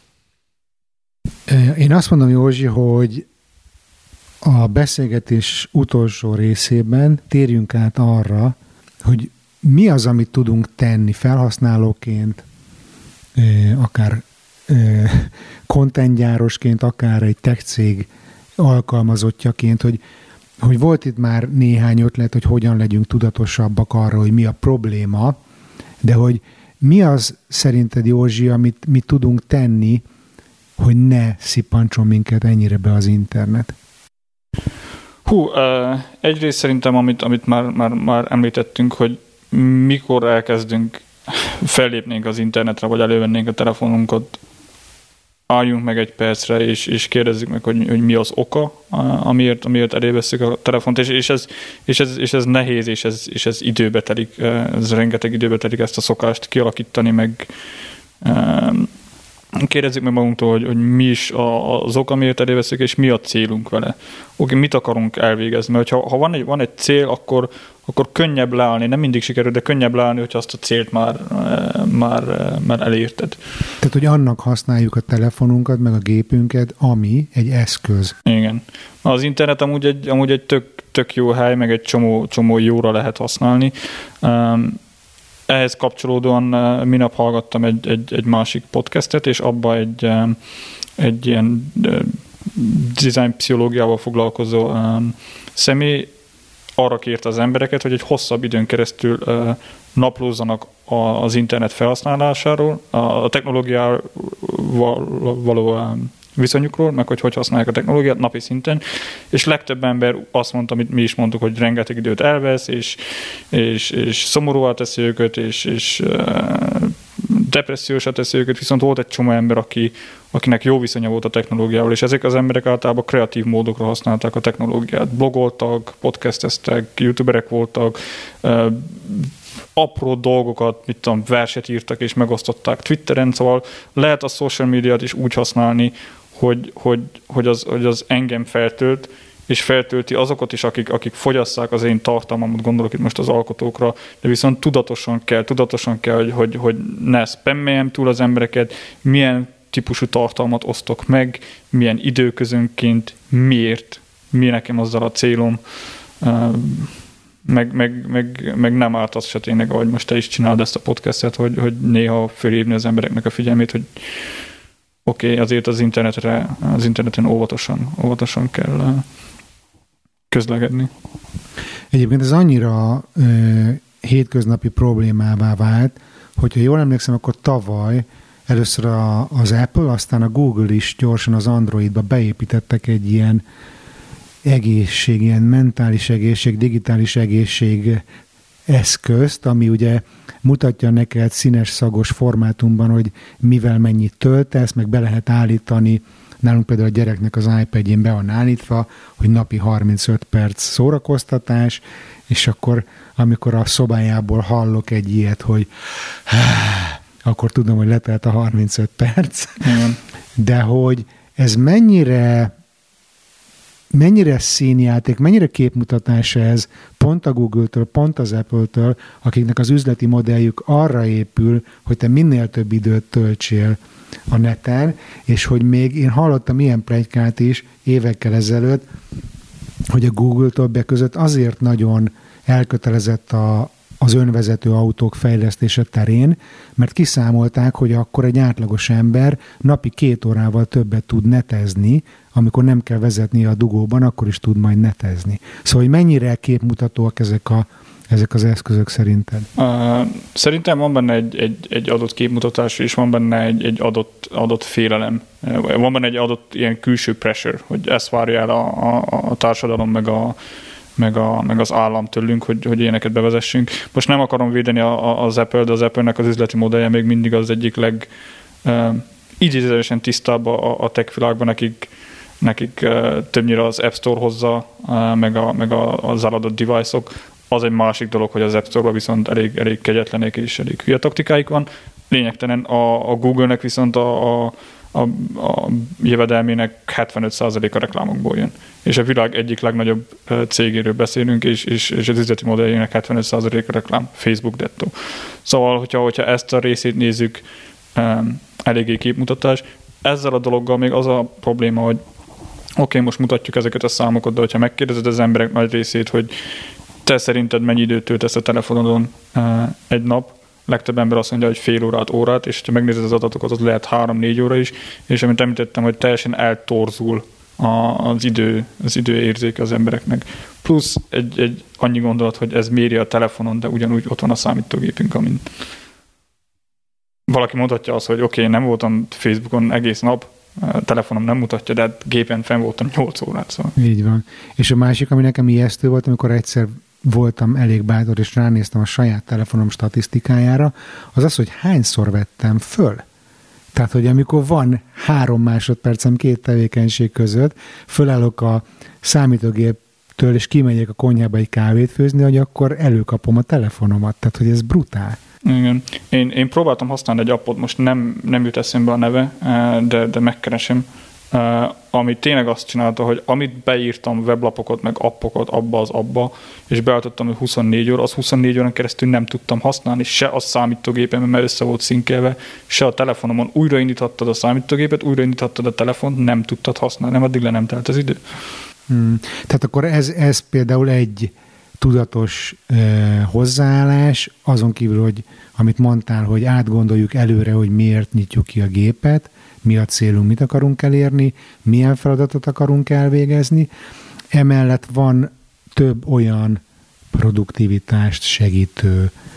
Én azt mondom, Józsi, hogy a beszélgetés utolsó részében térjünk át arra, hogy mi az, amit tudunk tenni felhasználóként, akár contentgyárosként, akár egy tech cég alkalmazottjaként, hogy hogy volt itt már néhány ötlet, hogy hogyan legyünk tudatosabbak arra, hogy mi a probléma, de hogy mi az szerinted, Józsi, amit mi tudunk tenni, hogy ne szippancson minket ennyire be az internet? Hú, uh, egyrészt szerintem, amit, amit már, már, már említettünk, hogy mikor elkezdünk fellépnénk az internetre, vagy elővennénk a telefonunkat, álljunk meg egy percre, és, és kérdezzük meg, hogy, hogy mi az oka, amiért, amiért elévesszük a telefont, és, és, ez, és, ez, és ez nehéz, és ez, és ez időbe telik, ez rengeteg időbe telik ezt a szokást kialakítani, meg kérdezzük meg magunktól, hogy, hogy mi is az ok, amiért elévesszük, és mi a célunk vele. Oké, mit akarunk elvégezni, mert ha, ha van, egy, van egy cél, akkor, akkor könnyebb leállni, nem mindig sikerül, de könnyebb leállni, hogyha azt a célt már, már, már elérted. Tehát, hogy annak használjuk a telefonunkat, meg a gépünket, ami egy eszköz. Igen. Az internet amúgy egy, amúgy egy tök, tök jó hely, meg egy csomó, csomó jóra lehet használni. Um, Ehhez kapcsolódóan minap hallgattam egy, egy, egy másik podcastet, és abban egy, egy ilyen design pszichológiával foglalkozó um, személy arra kérte az embereket, hogy egy hosszabb időn keresztül uh, naplózzanak az internet felhasználásáról, a technológiával való um, viszonyukról, meg hogy hogy használják a technológiát napi szinten, és legtöbb ember azt mondta, amit mi is mondtuk, hogy rengeteg időt elvesz, és, és, és szomorúvá teszi őket, és, és uh, depressziósá teszi őket, viszont volt egy csomó ember, aki, akinek jó viszonya volt a technológiával, és ezek az emberek általában kreatív módokra használták a technológiát. Blogoltak, podcasteztek, youtuberek voltak, uh, apró dolgokat, mit tudom, verset írtak és megosztották Twitteren, szóval lehet a social médiát is úgy használni, hogy, hogy, hogy, az, hogy az engem feltölt, és feltölti azokat is, akik, akik fogyasszák az én tartalmamat, gondolok itt most az alkotókra, de viszont tudatosan kell, tudatosan kell, hogy, hogy, hogy ne spammeljem túl az embereket, milyen típusú tartalmat osztok meg, milyen időközönként, miért, mi nekem azzal a célom, meg, meg, meg, meg nem árt az se tényleg, ahogy most te is csinálod ezt a podcastet, hogy, hogy néha fölhívni az embereknek a figyelmét, hogy oké, okay, azért az internetre, az interneten óvatosan, óvatosan kell közlekedni. Egyébként ez annyira ö, hétköznapi problémává vált, hogyha jól emlékszem, akkor tavaly először a, az Apple, aztán a Google is gyorsan az Androidba beépítettek egy ilyen egészség, ilyen mentális egészség, digitális egészség eszközt, ami ugye mutatja neked színes, szagos formátumban, hogy mivel mennyit töltesz, meg be lehet állítani. Nálunk például a gyereknek az iPad-jén be van állítva, hogy napi harmincöt perc szórakoztatás, és akkor amikor a szobájából hallok egy ilyet, hogy akkor tudom, hogy letelt a harmincöt perc. Igen. De hogy ez mennyire mennyire színjáték, mennyire képmutatás ez pont a Google-től, pont az Apple-től, akiknek az üzleti modelljük arra épül, hogy te minél több időt töltsél a neten, és hogy még én hallottam ilyen pletykát is évekkel ezelőtt, hogy a Google többek között azért nagyon elkötelezett a, az önvezető autók fejlesztése terén, mert kiszámolták, hogy akkor egy átlagos ember napi két órával többet tud netezni, amikor nem kell vezetnie a dugóban, akkor is tud majd netezni. Szóval, hogy mennyire képmutatóak ezek, a, ezek az eszközök szerinted? Uh, szerintem van benne egy, egy, egy adott képmutatás, és van benne egy, egy adott, adott félelem. Van benne egy adott ilyen külső pressure, hogy ezt várja el a, a, a társadalom, meg a Meg, a, meg az állam tőlünk, hogy, hogy ilyeneket bevezessünk. Most nem akarom védeni a, a, az Apple, de az Apple-nek az üzleti modellje még mindig az egyik leg uh, idézősen tisztább a, a tech világban, nekik, nekik uh, többnyire az App Store hozza, uh, meg, a, meg a, az eladott device-ok. Az egy másik dolog, hogy az App Store-ban viszont elég, elég kegyetlenek és elég hülye taktikáik van. Lényegtelen a, a Google-nek viszont a, a A, a jövedelmének hetvenöt százalék a reklámokból jön. És a világ egyik legnagyobb cégéről beszélünk, és, és, és az üzleti modelljének hetvenöt százalék a reklám, Facebook dettó. Szóval, hogyha, hogyha ezt a részét nézzük, um, eléggé képmutatás. Ezzel a dologgal még az a probléma, hogy oké, okay, most mutatjuk ezeket a számokat, de hogyha megkérdezed az emberek nagy részét, hogy te szerinted mennyi időt töltesz a telefonodon uh, egy nap, legtöbb ember azt mondja, hogy fél órát, órát, és ha megnézed az adatokat, az lehet három-négy óra is, és amit említettem, hogy teljesen eltorzul az idő, az időérzéke az embereknek. Plusz egy, egy annyi gondolat, hogy ez méri a telefonon, de ugyanúgy ott van a számítógépünk, amin valaki mondhatja azt, hogy oké, okay, nem voltam Facebookon egész nap, a telefonom nem mutatja, de gépen fenn voltam nyolc órát. Szóval. Így van. És a másik, ami nekem ijesztő volt, amikor egyszer voltam elég bátor, és ránéztem a saját telefonom statisztikájára, az az, hogy hányszor vettem föl. Tehát, hogy amikor van három másodpercem két tevékenység között, fölállok a számítógéptől, és kimegyek a konyhába egy kávét főzni, hogy akkor előkapom a telefonomat. Tehát, hogy ez brutál. Igen. Én, én próbáltam használni egy appot, most nem, nem jut eszembe a neve, de, de megkeresem, Uh, ami tényleg azt csinálta, hogy amit beírtam weblapokat, meg appokat abba az abba, és beállítottam, hogy huszonnégy óra, az huszonnégy órán keresztül nem tudtam használni, se a számítógépen, mert össze volt szinkelve, se a telefonomon. Újraindítottad a számítógépet, újraindítottad a telefont, nem tudtad használni, nem addig le nem telt az idő. Hmm. Tehát akkor ez, ez például egy tudatos eh, hozzáállás, azon kívül, hogy amit mondtál, hogy átgondoljuk előre, hogy miért nyitjuk ki a gépet, mi a célunk, mit akarunk elérni, milyen feladatot akarunk elvégezni. Emellett van több olyan produktivitást segítő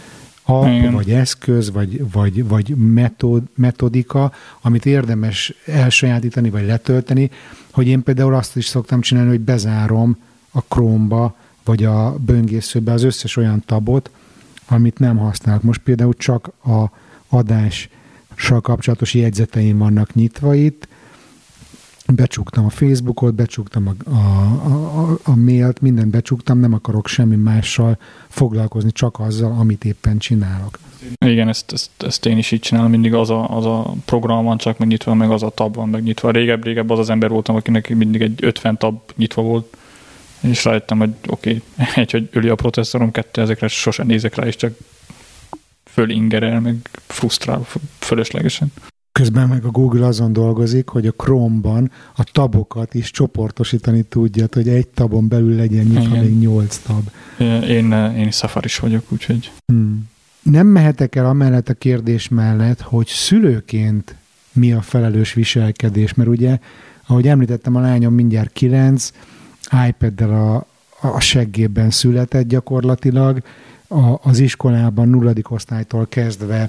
app, igen. vagy eszköz, vagy, vagy, vagy metód, metodika, amit érdemes elsajátítani, vagy letölteni, hogy én például azt is szoktam csinálni, hogy bezárom a Chrome-ba, vagy a böngészőbe az összes olyan tabot, amit nem használok. Most például csak a adással kapcsolatos jegyzeteim vannak nyitva itt, becsuktam a Facebookot, becsuktam a, a, a, a mailt, mindent becsuktam, nem akarok semmi mással foglalkozni, csak azzal, amit éppen csinálok. Igen, ezt, ezt, ezt én is így csinálom, mindig az a, az a program van csak megnyitva, meg az a tab van megnyitva. Régebb-régebb az az ember voltam, akinek mindig egy ötven tab nyitva volt, és rájöttem, hogy oké, okay, egy, hogy öli a processzorom, kettő, ezekre sosem nézek rá, és csak fölingerel, meg frusztrál fölöslegesen. Közben meg a Google azon dolgozik, hogy a Chrome-ban a tabokat is csoportosítani tudja, hogy egy tabon belül legyen nyitva még nyolc tab. Én, én Safari-s vagyok, úgyhogy... Hmm. Nem mehetek el amellett a kérdés mellett, hogy szülőként mi a felelős viselkedés, mert ugye, ahogy említettem, a lányom mindjárt kilenc, iPad-del a, a seggében született gyakorlatilag, a, az iskolában nulladik osztálytól kezdve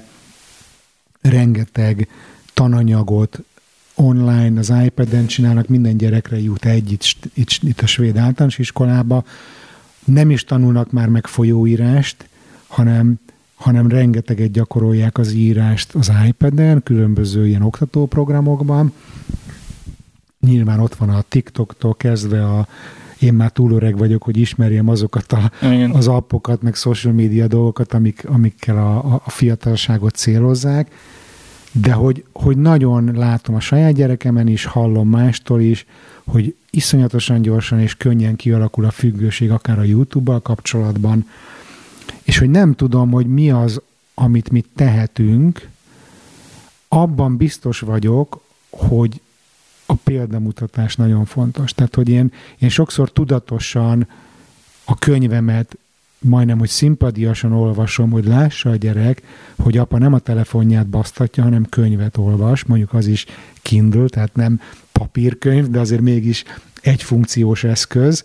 rengeteg tananyagot online az iPad-en csinálnak, minden gyerekre jut egy itt, itt, itt a svéd általános iskolába. Nem is tanulnak már meg folyóírást, hanem, hanem rengeteget gyakorolják az írást az iPad-en, különböző ilyen oktatóprogramokban. Nyilván ott van a TikToktól kezdve a én már túl öreg vagyok, hogy ismerjem azokat a, az appokat, meg social media dolgokat, amik, amikkel a, a fiatalságot célozzák, de hogy, hogy nagyon látom a saját gyerekemen is, hallom mástól is, hogy iszonyatosan gyorsan és könnyen kialakul a függőség akár a YouTube-bal kapcsolatban, és hogy nem tudom, hogy mi az, amit mi tehetünk, abban biztos vagyok, hogy a példamutatás nagyon fontos. Tehát, hogy én, én sokszor tudatosan a könyvemet majdnem, hogy szimpadiasan olvasom, hogy lássa a gyerek, hogy apa nem a telefonját basztatja, hanem könyvet olvas, mondjuk az is Kindle, tehát nem papírkönyv, de azért mégis egy funkciós eszköz.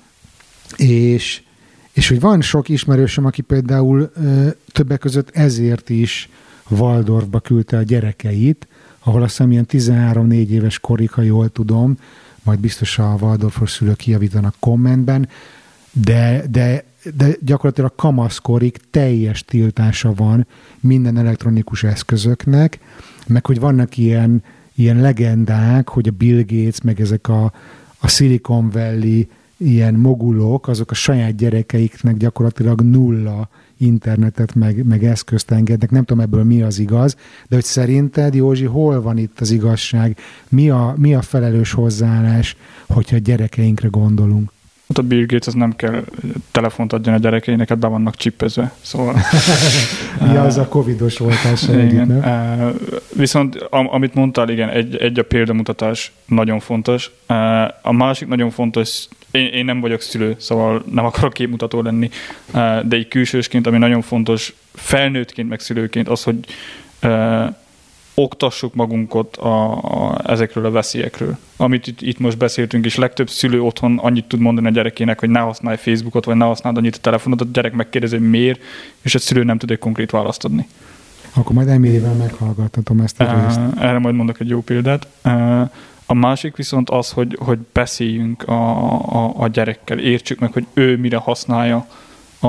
És, és hogy van sok ismerősöm, aki például ö, többek között ezért is Waldorfba küldte a gyerekeit, ahol azt hiszem ilyen tizenhárom-négy éves korig, ha jól tudom, majd biztos a Waldorfos szülők kijavítanak kommentben, de, de, de gyakorlatilag kamaszkorig teljes tiltása van minden elektronikus eszközöknek, meg hogy vannak ilyen, ilyen legendák, hogy a Bill Gates, meg ezek a, a Silicon Valley ilyen mogulok, azok a saját gyerekeiknek gyakorlatilag nulla internetet, meg, meg eszközt engednek. Nem tudom ebből mi az igaz, de hogy szerinted, Józsi, hol van itt az igazság? Mi a, mi a felelős hozzáállás, hogyha a gyerekeinkre gondolunk? A Bill Gates az nem kell telefont adjon a gyerekeinek, hát be vannak csippezve. Szóval... ja, az a covidos oltás. Igen. Viszont amit mondtál, igen, egy, egy a példamutatás nagyon fontos. A másik nagyon fontos, én, én nem vagyok szülő, szóval nem akarok képmutató lenni, de egy külsősként, ami nagyon fontos, felnőttként meg szülőként az, hogy oktassuk magunkat a, a, ezekről a veszélyekről. Amit itt, itt most beszéltünk, és legtöbb szülő otthon annyit tud mondani a gyerekének, hogy ne használj Facebookot, vagy ne használd annyit a telefonot, a gyerek megkérdezi, hogy miért, és a szülő nem tud egy konkrét választ adni. Akkor majd Emilivel meghallgathatom ezt a részt. Erre majd mondok egy jó példát. A másik viszont az, hogy, hogy beszéljünk a, a, a gyerekkel, értsük meg, hogy ő mire használja A,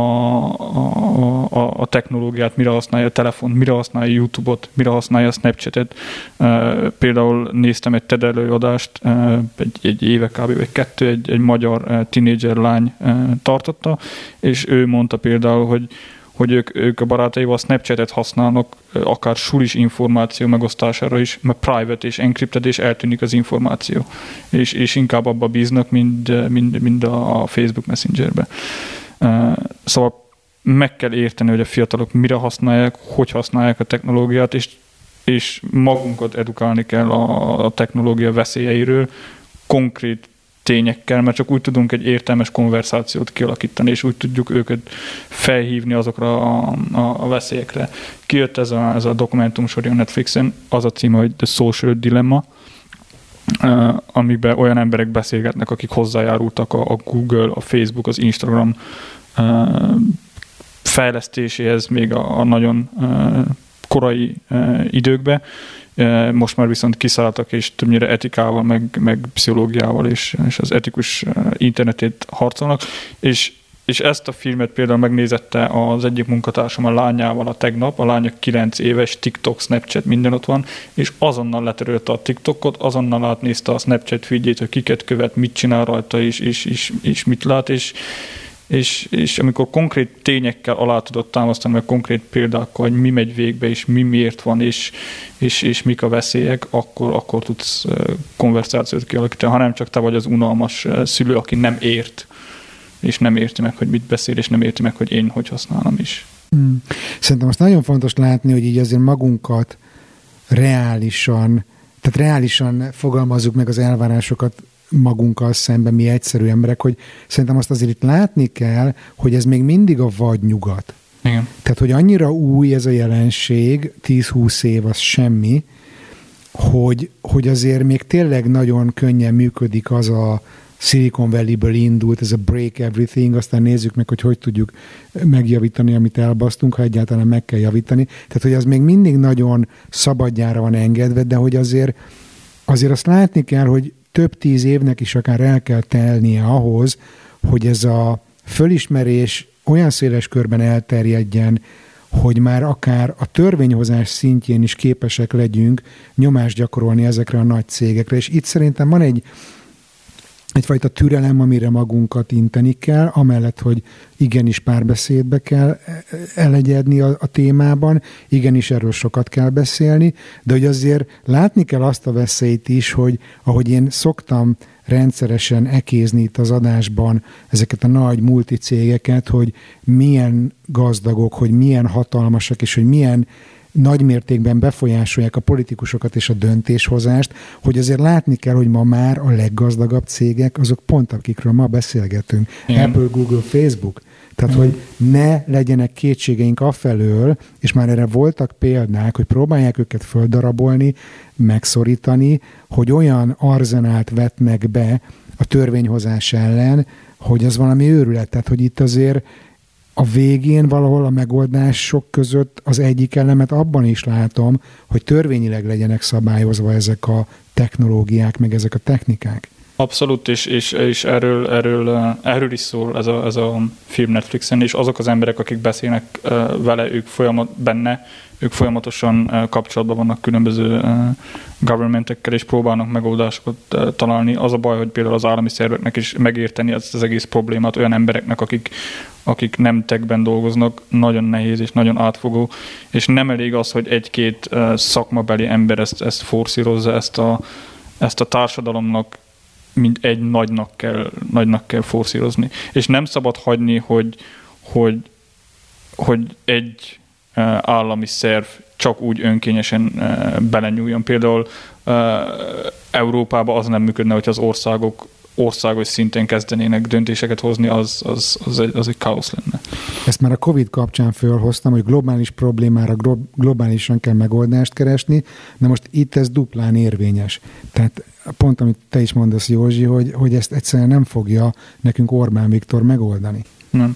a, a, a technológiát, mire használja a telefon, mire használja a YouTube-ot, mire használja a Snapchat-et. Uh, például néztem egy TED előadást, uh, egy, egy éve kb. Vagy kettő, egy, egy magyar uh, tínédzser lány uh, tartotta, és ő mondta például, hogy, hogy ők, ők a barátaival a Snapchat-et használnak, uh, akár sulis információ megosztására is, mert private és encrypted, és eltűnik az információ. És, és inkább abba bíznak, mint, mint, mint a Facebook Messengerbe. Uh, szóval meg kell érteni, hogy a fiatalok mire használják, hogy használják a technológiát, és, és magunkat edukálni kell a, a technológia veszélyeiről konkrét tényekkel, mert csak úgy tudunk egy értelmes konverzációt kialakítani, és úgy tudjuk őket felhívni azokra a, a, a veszélyekre. Kijött ez a, ez a dokumentumsor a Netflixen, az a címe, hogy The Social Dilemma, Uh, amiben olyan emberek beszélgetnek, akik hozzájárultak a, a Google, a Facebook, az Instagram uh, fejlesztéséhez még a, a nagyon uh, korai uh, időkbe. Uh, most már viszont kiszálltak, és többnyire etikával, meg, meg pszichológiával, és, és az etikus uh, internetét harcolnak. És, és ezt a filmet például megnézette az egyik munkatársam a lányával a tegnap. A lánya kilenc éves, TikTok, Snapchat, minden ott van, és azonnal letörölte a TikTokot, azonnal átnézte a Snapchat feedjét, hogy kiket követ, mit csinál rajta, és, és, és, és mit lát, és És, és amikor konkrét tényekkel alá tudod támasztani, meg konkrét példákkal, hogy mi megy végbe, és mi miért van, és, és, és mik a veszélyek, akkor, akkor tudsz konverzációt kialakítani, hanem csak te vagy az unalmas szülő, aki nem ért, és nem érti meg, hogy mit beszél, és nem érti meg, hogy én hogy használom is. Hmm. Szerintem azt nagyon fontos látni, hogy így azért magunkat reálisan, tehát reálisan fogalmazzuk meg az elvárásokat magunkkal szemben, mi egyszerű emberek, hogy szerintem azt azért itt látni kell, hogy ez még mindig a vagy-nyugat. Igen. Tehát, hogy annyira új ez a jelenség, tíz-húsz év az semmi, hogy, hogy azért még tényleg nagyon könnyen működik az a Silicon Valley-ből indult, ez a break everything, aztán nézzük meg, hogy hogy tudjuk megjavítani, amit elbasztunk, ha egyáltalán meg kell javítani. Tehát, hogy az még mindig nagyon szabadjára van engedve, de hogy azért, azért azt látni kell, hogy több tíz évnek is akár el kell telnie ahhoz, hogy ez a fölismerés olyan széles körben elterjedjen, hogy már akár a törvényhozás szintjén is képesek legyünk nyomást gyakorolni ezekre a nagy cégekre. És itt szerintem van egy egyfajta türelem, amire magunkat inteni kell, amellett, hogy igenis párbeszédbe kell elegyedni a, a témában, igenis erről sokat kell beszélni, de hogy azért látni kell azt a veszélyt is, hogy ahogy én szoktam rendszeresen ekézni itt az adásban ezeket a nagy multicégeket, hogy milyen gazdagok, hogy milyen hatalmasak, és hogy milyen nagy mértékben befolyásolják a politikusokat és a döntéshozást, hogy azért látni kell, hogy ma már a leggazdagabb cégek, azok pont akikről ma beszélgetünk. Igen. Apple, Google, Facebook. Tehát, Igen. hogy ne legyenek kétségeink afelől, és már erre voltak példák, hogy próbálják őket földarabolni, megszorítani, hogy olyan arzenált vetnek be a törvényhozás ellen, hogy az valami őrület. Tehát, hogy itt azért a végén valahol a megoldások között az egyik elemet abban is látom, hogy törvényileg legyenek szabályozva ezek a technológiák, meg ezek a technikák. Abszolút, és, és, és erről, erről, erről is szól ez a, ez a film Netflixen, és azok az emberek, akik beszélnek vele, ők folyamat, benne, ők folyamatosan kapcsolatban vannak különböző governmentekkel, és próbálnak megoldásokat találni. Az a baj, hogy például az állami szerveknek is megérteni ezt az egész problémát olyan embereknek, akik, akik nem techben dolgoznak, nagyon nehéz és nagyon átfogó, és nem elég az, hogy egy-két szakmabeli ember ezt, ezt forszírozza, ezt a, ezt a társadalomnak mint egy nagynak kell, nagynak kell forszírozni. És nem szabad hagyni, hogy, hogy, hogy egy állami szerv csak úgy önkényesen belenyúljon. Például Európában az nem működne, hogy az országok országos szinten kezdenének döntéseket hozni, az, az, az, egy, az egy káosz lenne. Ezt már a Covid kapcsán fölhoztam, hogy globális problémára globálisan kell megoldást keresni, de most itt ez duplán érvényes. Tehát pont, amit te is mondasz, Józsi, hogy, hogy ezt egyszerűen nem fogja nekünk Orbán Viktor megoldani. Nem.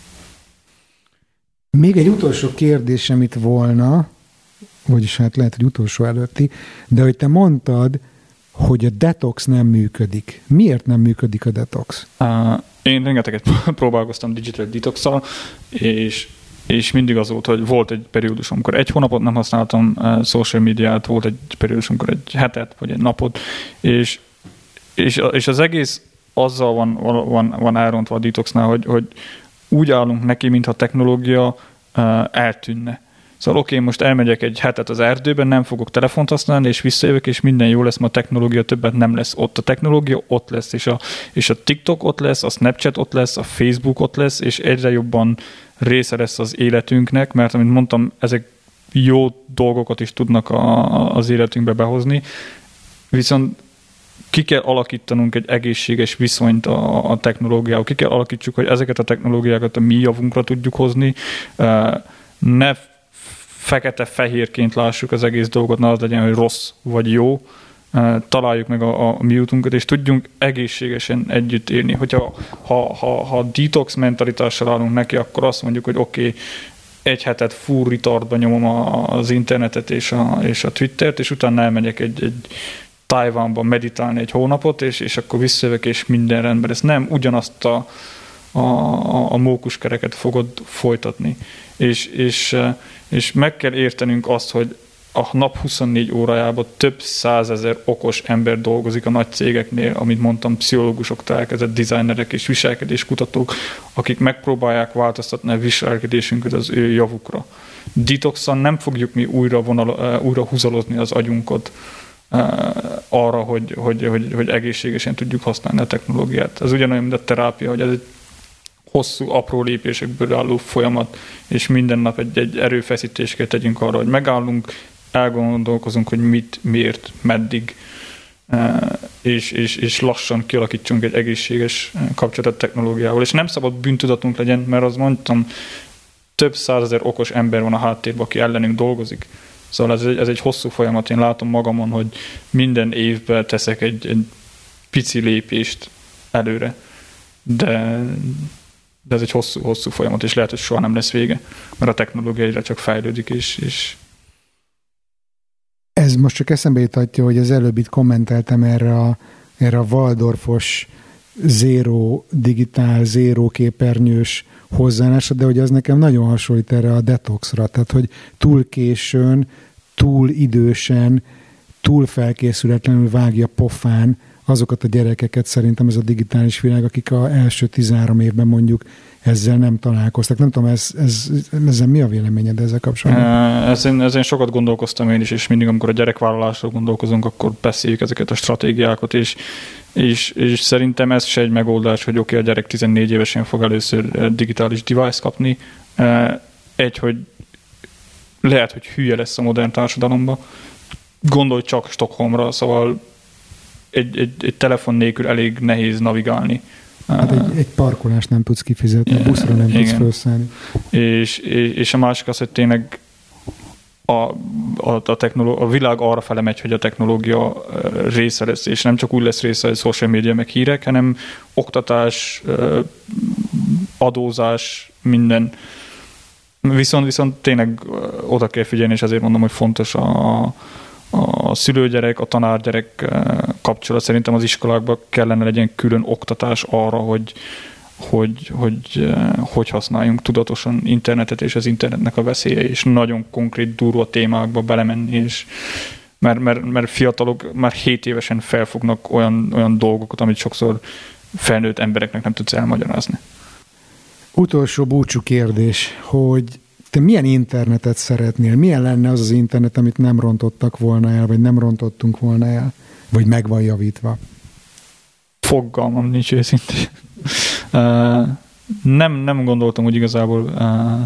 Még egy utolsó kérdésem itt volna, vagyis hát lehet, hogy utolsó előtti, de hogy te mondtad, hogy a detox nem működik. Miért nem működik a detox? Uh, én rengeteget próbálkoztam digital detox-szal, és, és mindig az volt, hogy volt egy periódus, amikor egy hónapot nem használtam uh, social médiát, volt egy periódus, amikor egy hetet, vagy egy napot, és, és, és az egész azzal van, van, van elrontva a detoxnál, hogy, hogy úgy állunk neki, mintha a technológia uh, eltűnne. Szóval oké, okay, most elmegyek egy hetet az erdőben, nem fogok telefont használni, és visszajövök, és minden jó lesz, mert a technológia többet nem lesz ott. A technológia ott lesz, és a, és a TikTok ott lesz, a Snapchat ott lesz, a Facebook ott lesz, és egyre jobban része lesz az életünknek, mert amit mondtam, ezek jó dolgokat is tudnak a, az életünkbe behozni, viszont ki kell alakítanunk egy egészséges viszonyt a, a technológiával, ki kell alakítsuk, hogy ezeket a technológiákat a mi javunkra tudjuk hozni, ne fekete-fehérként lássuk az egész dolgot, ne az legyen, hogy rossz vagy jó, találjuk meg a, a mi útunkat, és tudjunk egészségesen együtt élni. Hogyha ha, ha, ha detox mentalitással állunk neki, akkor azt mondjuk, hogy oké, okay, egy hetet full retardba nyomom az internetet és a, és a Twittert, és utána elmegyek egy, egy Tajvánban meditálni egy hónapot, és, és akkor visszajövök, és minden rendben. Ez nem ugyanazt a, a, a, a mókuskereket fogod folytatni. És, és, és meg kell értenünk azt, hogy a nap huszonnégy órájában több százezer okos ember dolgozik a nagy cégeknél, amit mondtam, pszichológusoktól elkezdett designerek és viselkedéskutatók, akik megpróbálják változtatni a viselkedésünket az ő javukra. Detoxon nem fogjuk mi újra, vonal, újra húzalozni az agyunkat arra, hogy, hogy, hogy, hogy egészségesen tudjuk használni a technológiát. Ez ugyanolyan, mint a terápia, hogy ez egy hosszú, apró lépésekből álló folyamat, és minden nap egy, egy erőfeszítést kell tegyünk arra, hogy megállunk, elgondolkozunk, hogy mit, miért, meddig, és, és, és lassan kialakítsunk egy egészséges kapcsolatot technológiával. És nem szabad bűntudatunk legyen, mert azt mondtam, több százezer okos ember van a háttérben, aki ellenünk dolgozik. Szóval ez egy, ez egy hosszú folyamat. Én látom magamon, hogy minden évben teszek egy, egy pici lépést előre, de, de ez egy hosszú, hosszú folyamat, és lehet, hogy soha nem lesz vége, mert a technológia egyre csak fejlődik, és, és ez most csak eszembe jutatja, hogy az előbb itt kommenteltem erre a, erre a Waldorfos zéró digitál, zéró képernyős hozzáállásra, de hogy az nekem nagyon hasonlít erre a detoxra, tehát hogy túl későn, túl idősen, túl felkészületlenül vágja pofán azokat a gyerekeket szerintem ez a digitális világ, akik az első tizenhárom évben mondjuk ezzel nem találkoztak. Nem tudom, ez, ez, ezzel mi a véleményed ezzel kapcsolatban? Ezen, ezen sokat gondolkoztam én is, és mindig, amikor a gyerekvállalásról gondolkozunk, akkor beszéljük ezeket a stratégiákat, és, és, és szerintem ez se egy megoldás, hogy oké, okay, a gyerek tizennégy évesen fog először digitális device kapni. Egy, hogy lehet, hogy hülye lesz a modern társadalomban. Gondolj csak Stockholmra, szóval egy, egy, egy telefon nélkül elég nehéz navigálni. Hát egy, egy parkolást nem tudsz kifizetni, a buszra nem igen. tudsz felszállni. És, és, és a másik az, hogy tényleg a, a, a, technoló- a világ arra fele megy, hogy a technológia része lesz, és nem csak úgy lesz része, hogy social media meg hírek, hanem oktatás, adózás, minden. Viszont, viszont tényleg oda kell figyelni, és ezért mondom, hogy fontos a a szülőgyerek, a tanárgyerek kapcsolat. Szerintem az iskolákban kellene legyen külön oktatás arra, hogy hogy, hogy, hogy használjunk tudatosan internetet és az internetnek a veszélye, és nagyon konkrét, durva témákba belemenni, és mert, mert, mert fiatalok már hét évesen felfognak olyan, olyan dolgokat, amit sokszor felnőtt embereknek nem tudsz elmagyarázni. Utolsó búcsú kérdés, hogy te milyen internetet szeretnél? Milyen lenne az az internet, amit nem rontottak volna el, vagy nem rontottunk volna el, vagy meg van javítva? Fogalmam nincs őszintén. uh, nem, nem gondoltam, hogy igazából uh,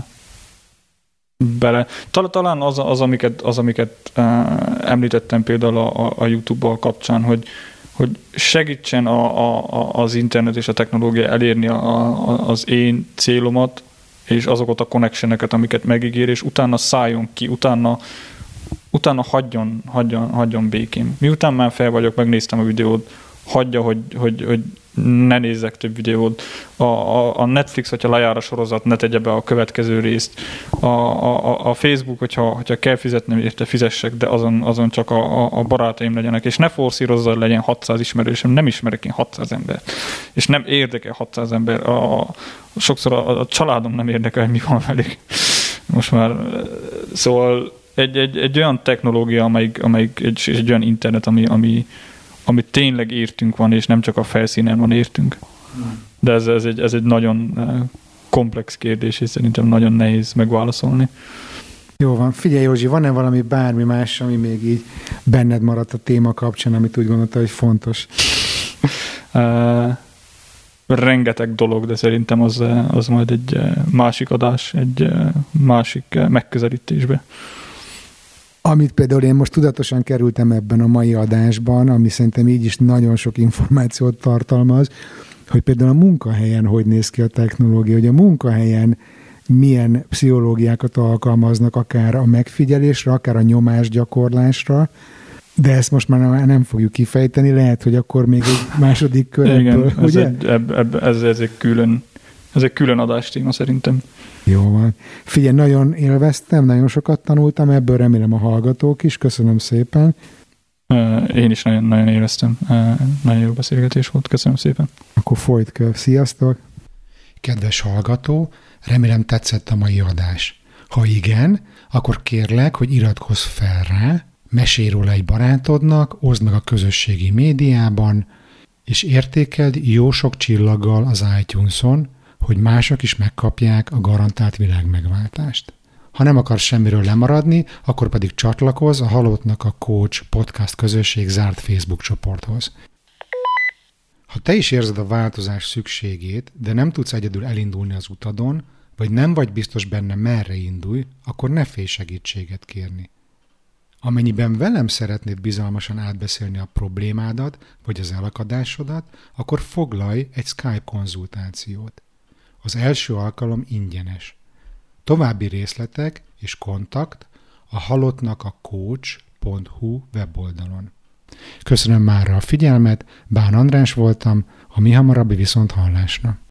bele. Tal- talán az, az, amiket, az, amiket uh, említettem például a, a YouTube-val kapcsán, hogy, hogy segítsen a, a, az internet és a technológia elérni a, a, az én célomat, és azokat a connectioneket, amiket megígér, és utána szálljon ki, utána, utána hagyjon, hagyjon, hagyjon békén. Miután már fel vagyok, megnéztem a videót, hagyja, hogy, hogy, hogy ne nézzek több videót. A, a, a Netflix, hogyha lejár a sorozat, ne tegye be a következő részt. A, a, a Facebook, hogyha, hogyha kell fizetnem, érte fizessek, de azon, azon csak a, a barátaim legyenek. És ne forszírozza, hogy legyen hatszáz ismerősöm, nem ismerek én hatszáz embert. És nem érdekel hatszáz ember. A, a, sokszor a, a családom nem érdekel, hogy mi van velük. Most már, szóval egy, egy, egy olyan technológia, amelyik, amelyik egy, egy olyan internet, ami, ami amit tényleg értünk van, és nem csak a felszínen van értünk. De ez, ez, egy, ez egy nagyon komplex kérdés, és szerintem nagyon nehéz megválaszolni. Jó van. Figyelj, Józsi, van-e valami bármi más, ami még így benned maradt a téma kapcsán, amit úgy gondolta, hogy fontos? uh, rengeteg dolog, de szerintem az, az majd egy másik adás, egy másik megközelítésbe. Amit például én most tudatosan kerültem ebben a mai adásban, ami szerintem így is nagyon sok információt tartalmaz, hogy például a munkahelyen hogy néz ki a technológia, hogy a munkahelyen milyen pszichológiákat alkalmaznak akár a megfigyelésre, akár a nyomásgyakorlásra, De ezt most már nem fogjuk kifejteni, lehet, hogy akkor még egy második körből, igen, ez ugye? Egy, eb, eb, ez, ez, egy külön, ez egy külön adástéma szerintem. Jó van. Figyelj, nagyon élveztem, nagyon sokat tanultam, ebből remélem a hallgatók is. Köszönöm szépen. Én is nagyon, nagyon élveztem. Nagyon jó beszélgetés volt. Köszönöm szépen. Akkor folyt kör. Sziasztok! Kedves hallgató, remélem tetszett a mai adás. Ha igen, akkor kérlek, hogy iratkozz fel rá, mesélj róla egy barátodnak, oszd meg a közösségi médiában, és értékeld jó sok csillaggal az iTunes-on, hogy mások is megkapják a garantált világmegváltást. Ha nem akarsz semmiről lemaradni, akkor pedig csatlakozz a Halottnak a Coach podcast közösség zárt Facebook csoporthoz. Ha te is érzed a változás szükségét, de nem tudsz egyedül elindulni az utadon, vagy nem vagy biztos benne, merre indulj, akkor ne félj segítséget kérni. Amennyiben velem szeretnéd bizalmasan átbeszélni a problémádat, vagy az elakadásodat, akkor foglalj egy Skype konzultációt. Az első alkalom ingyenes. További részletek és kontakt a halottnak a coach pont hu weboldalon. Köszönöm mára a figyelmet, Bán András voltam, a mi hamarabbi viszonthallásra.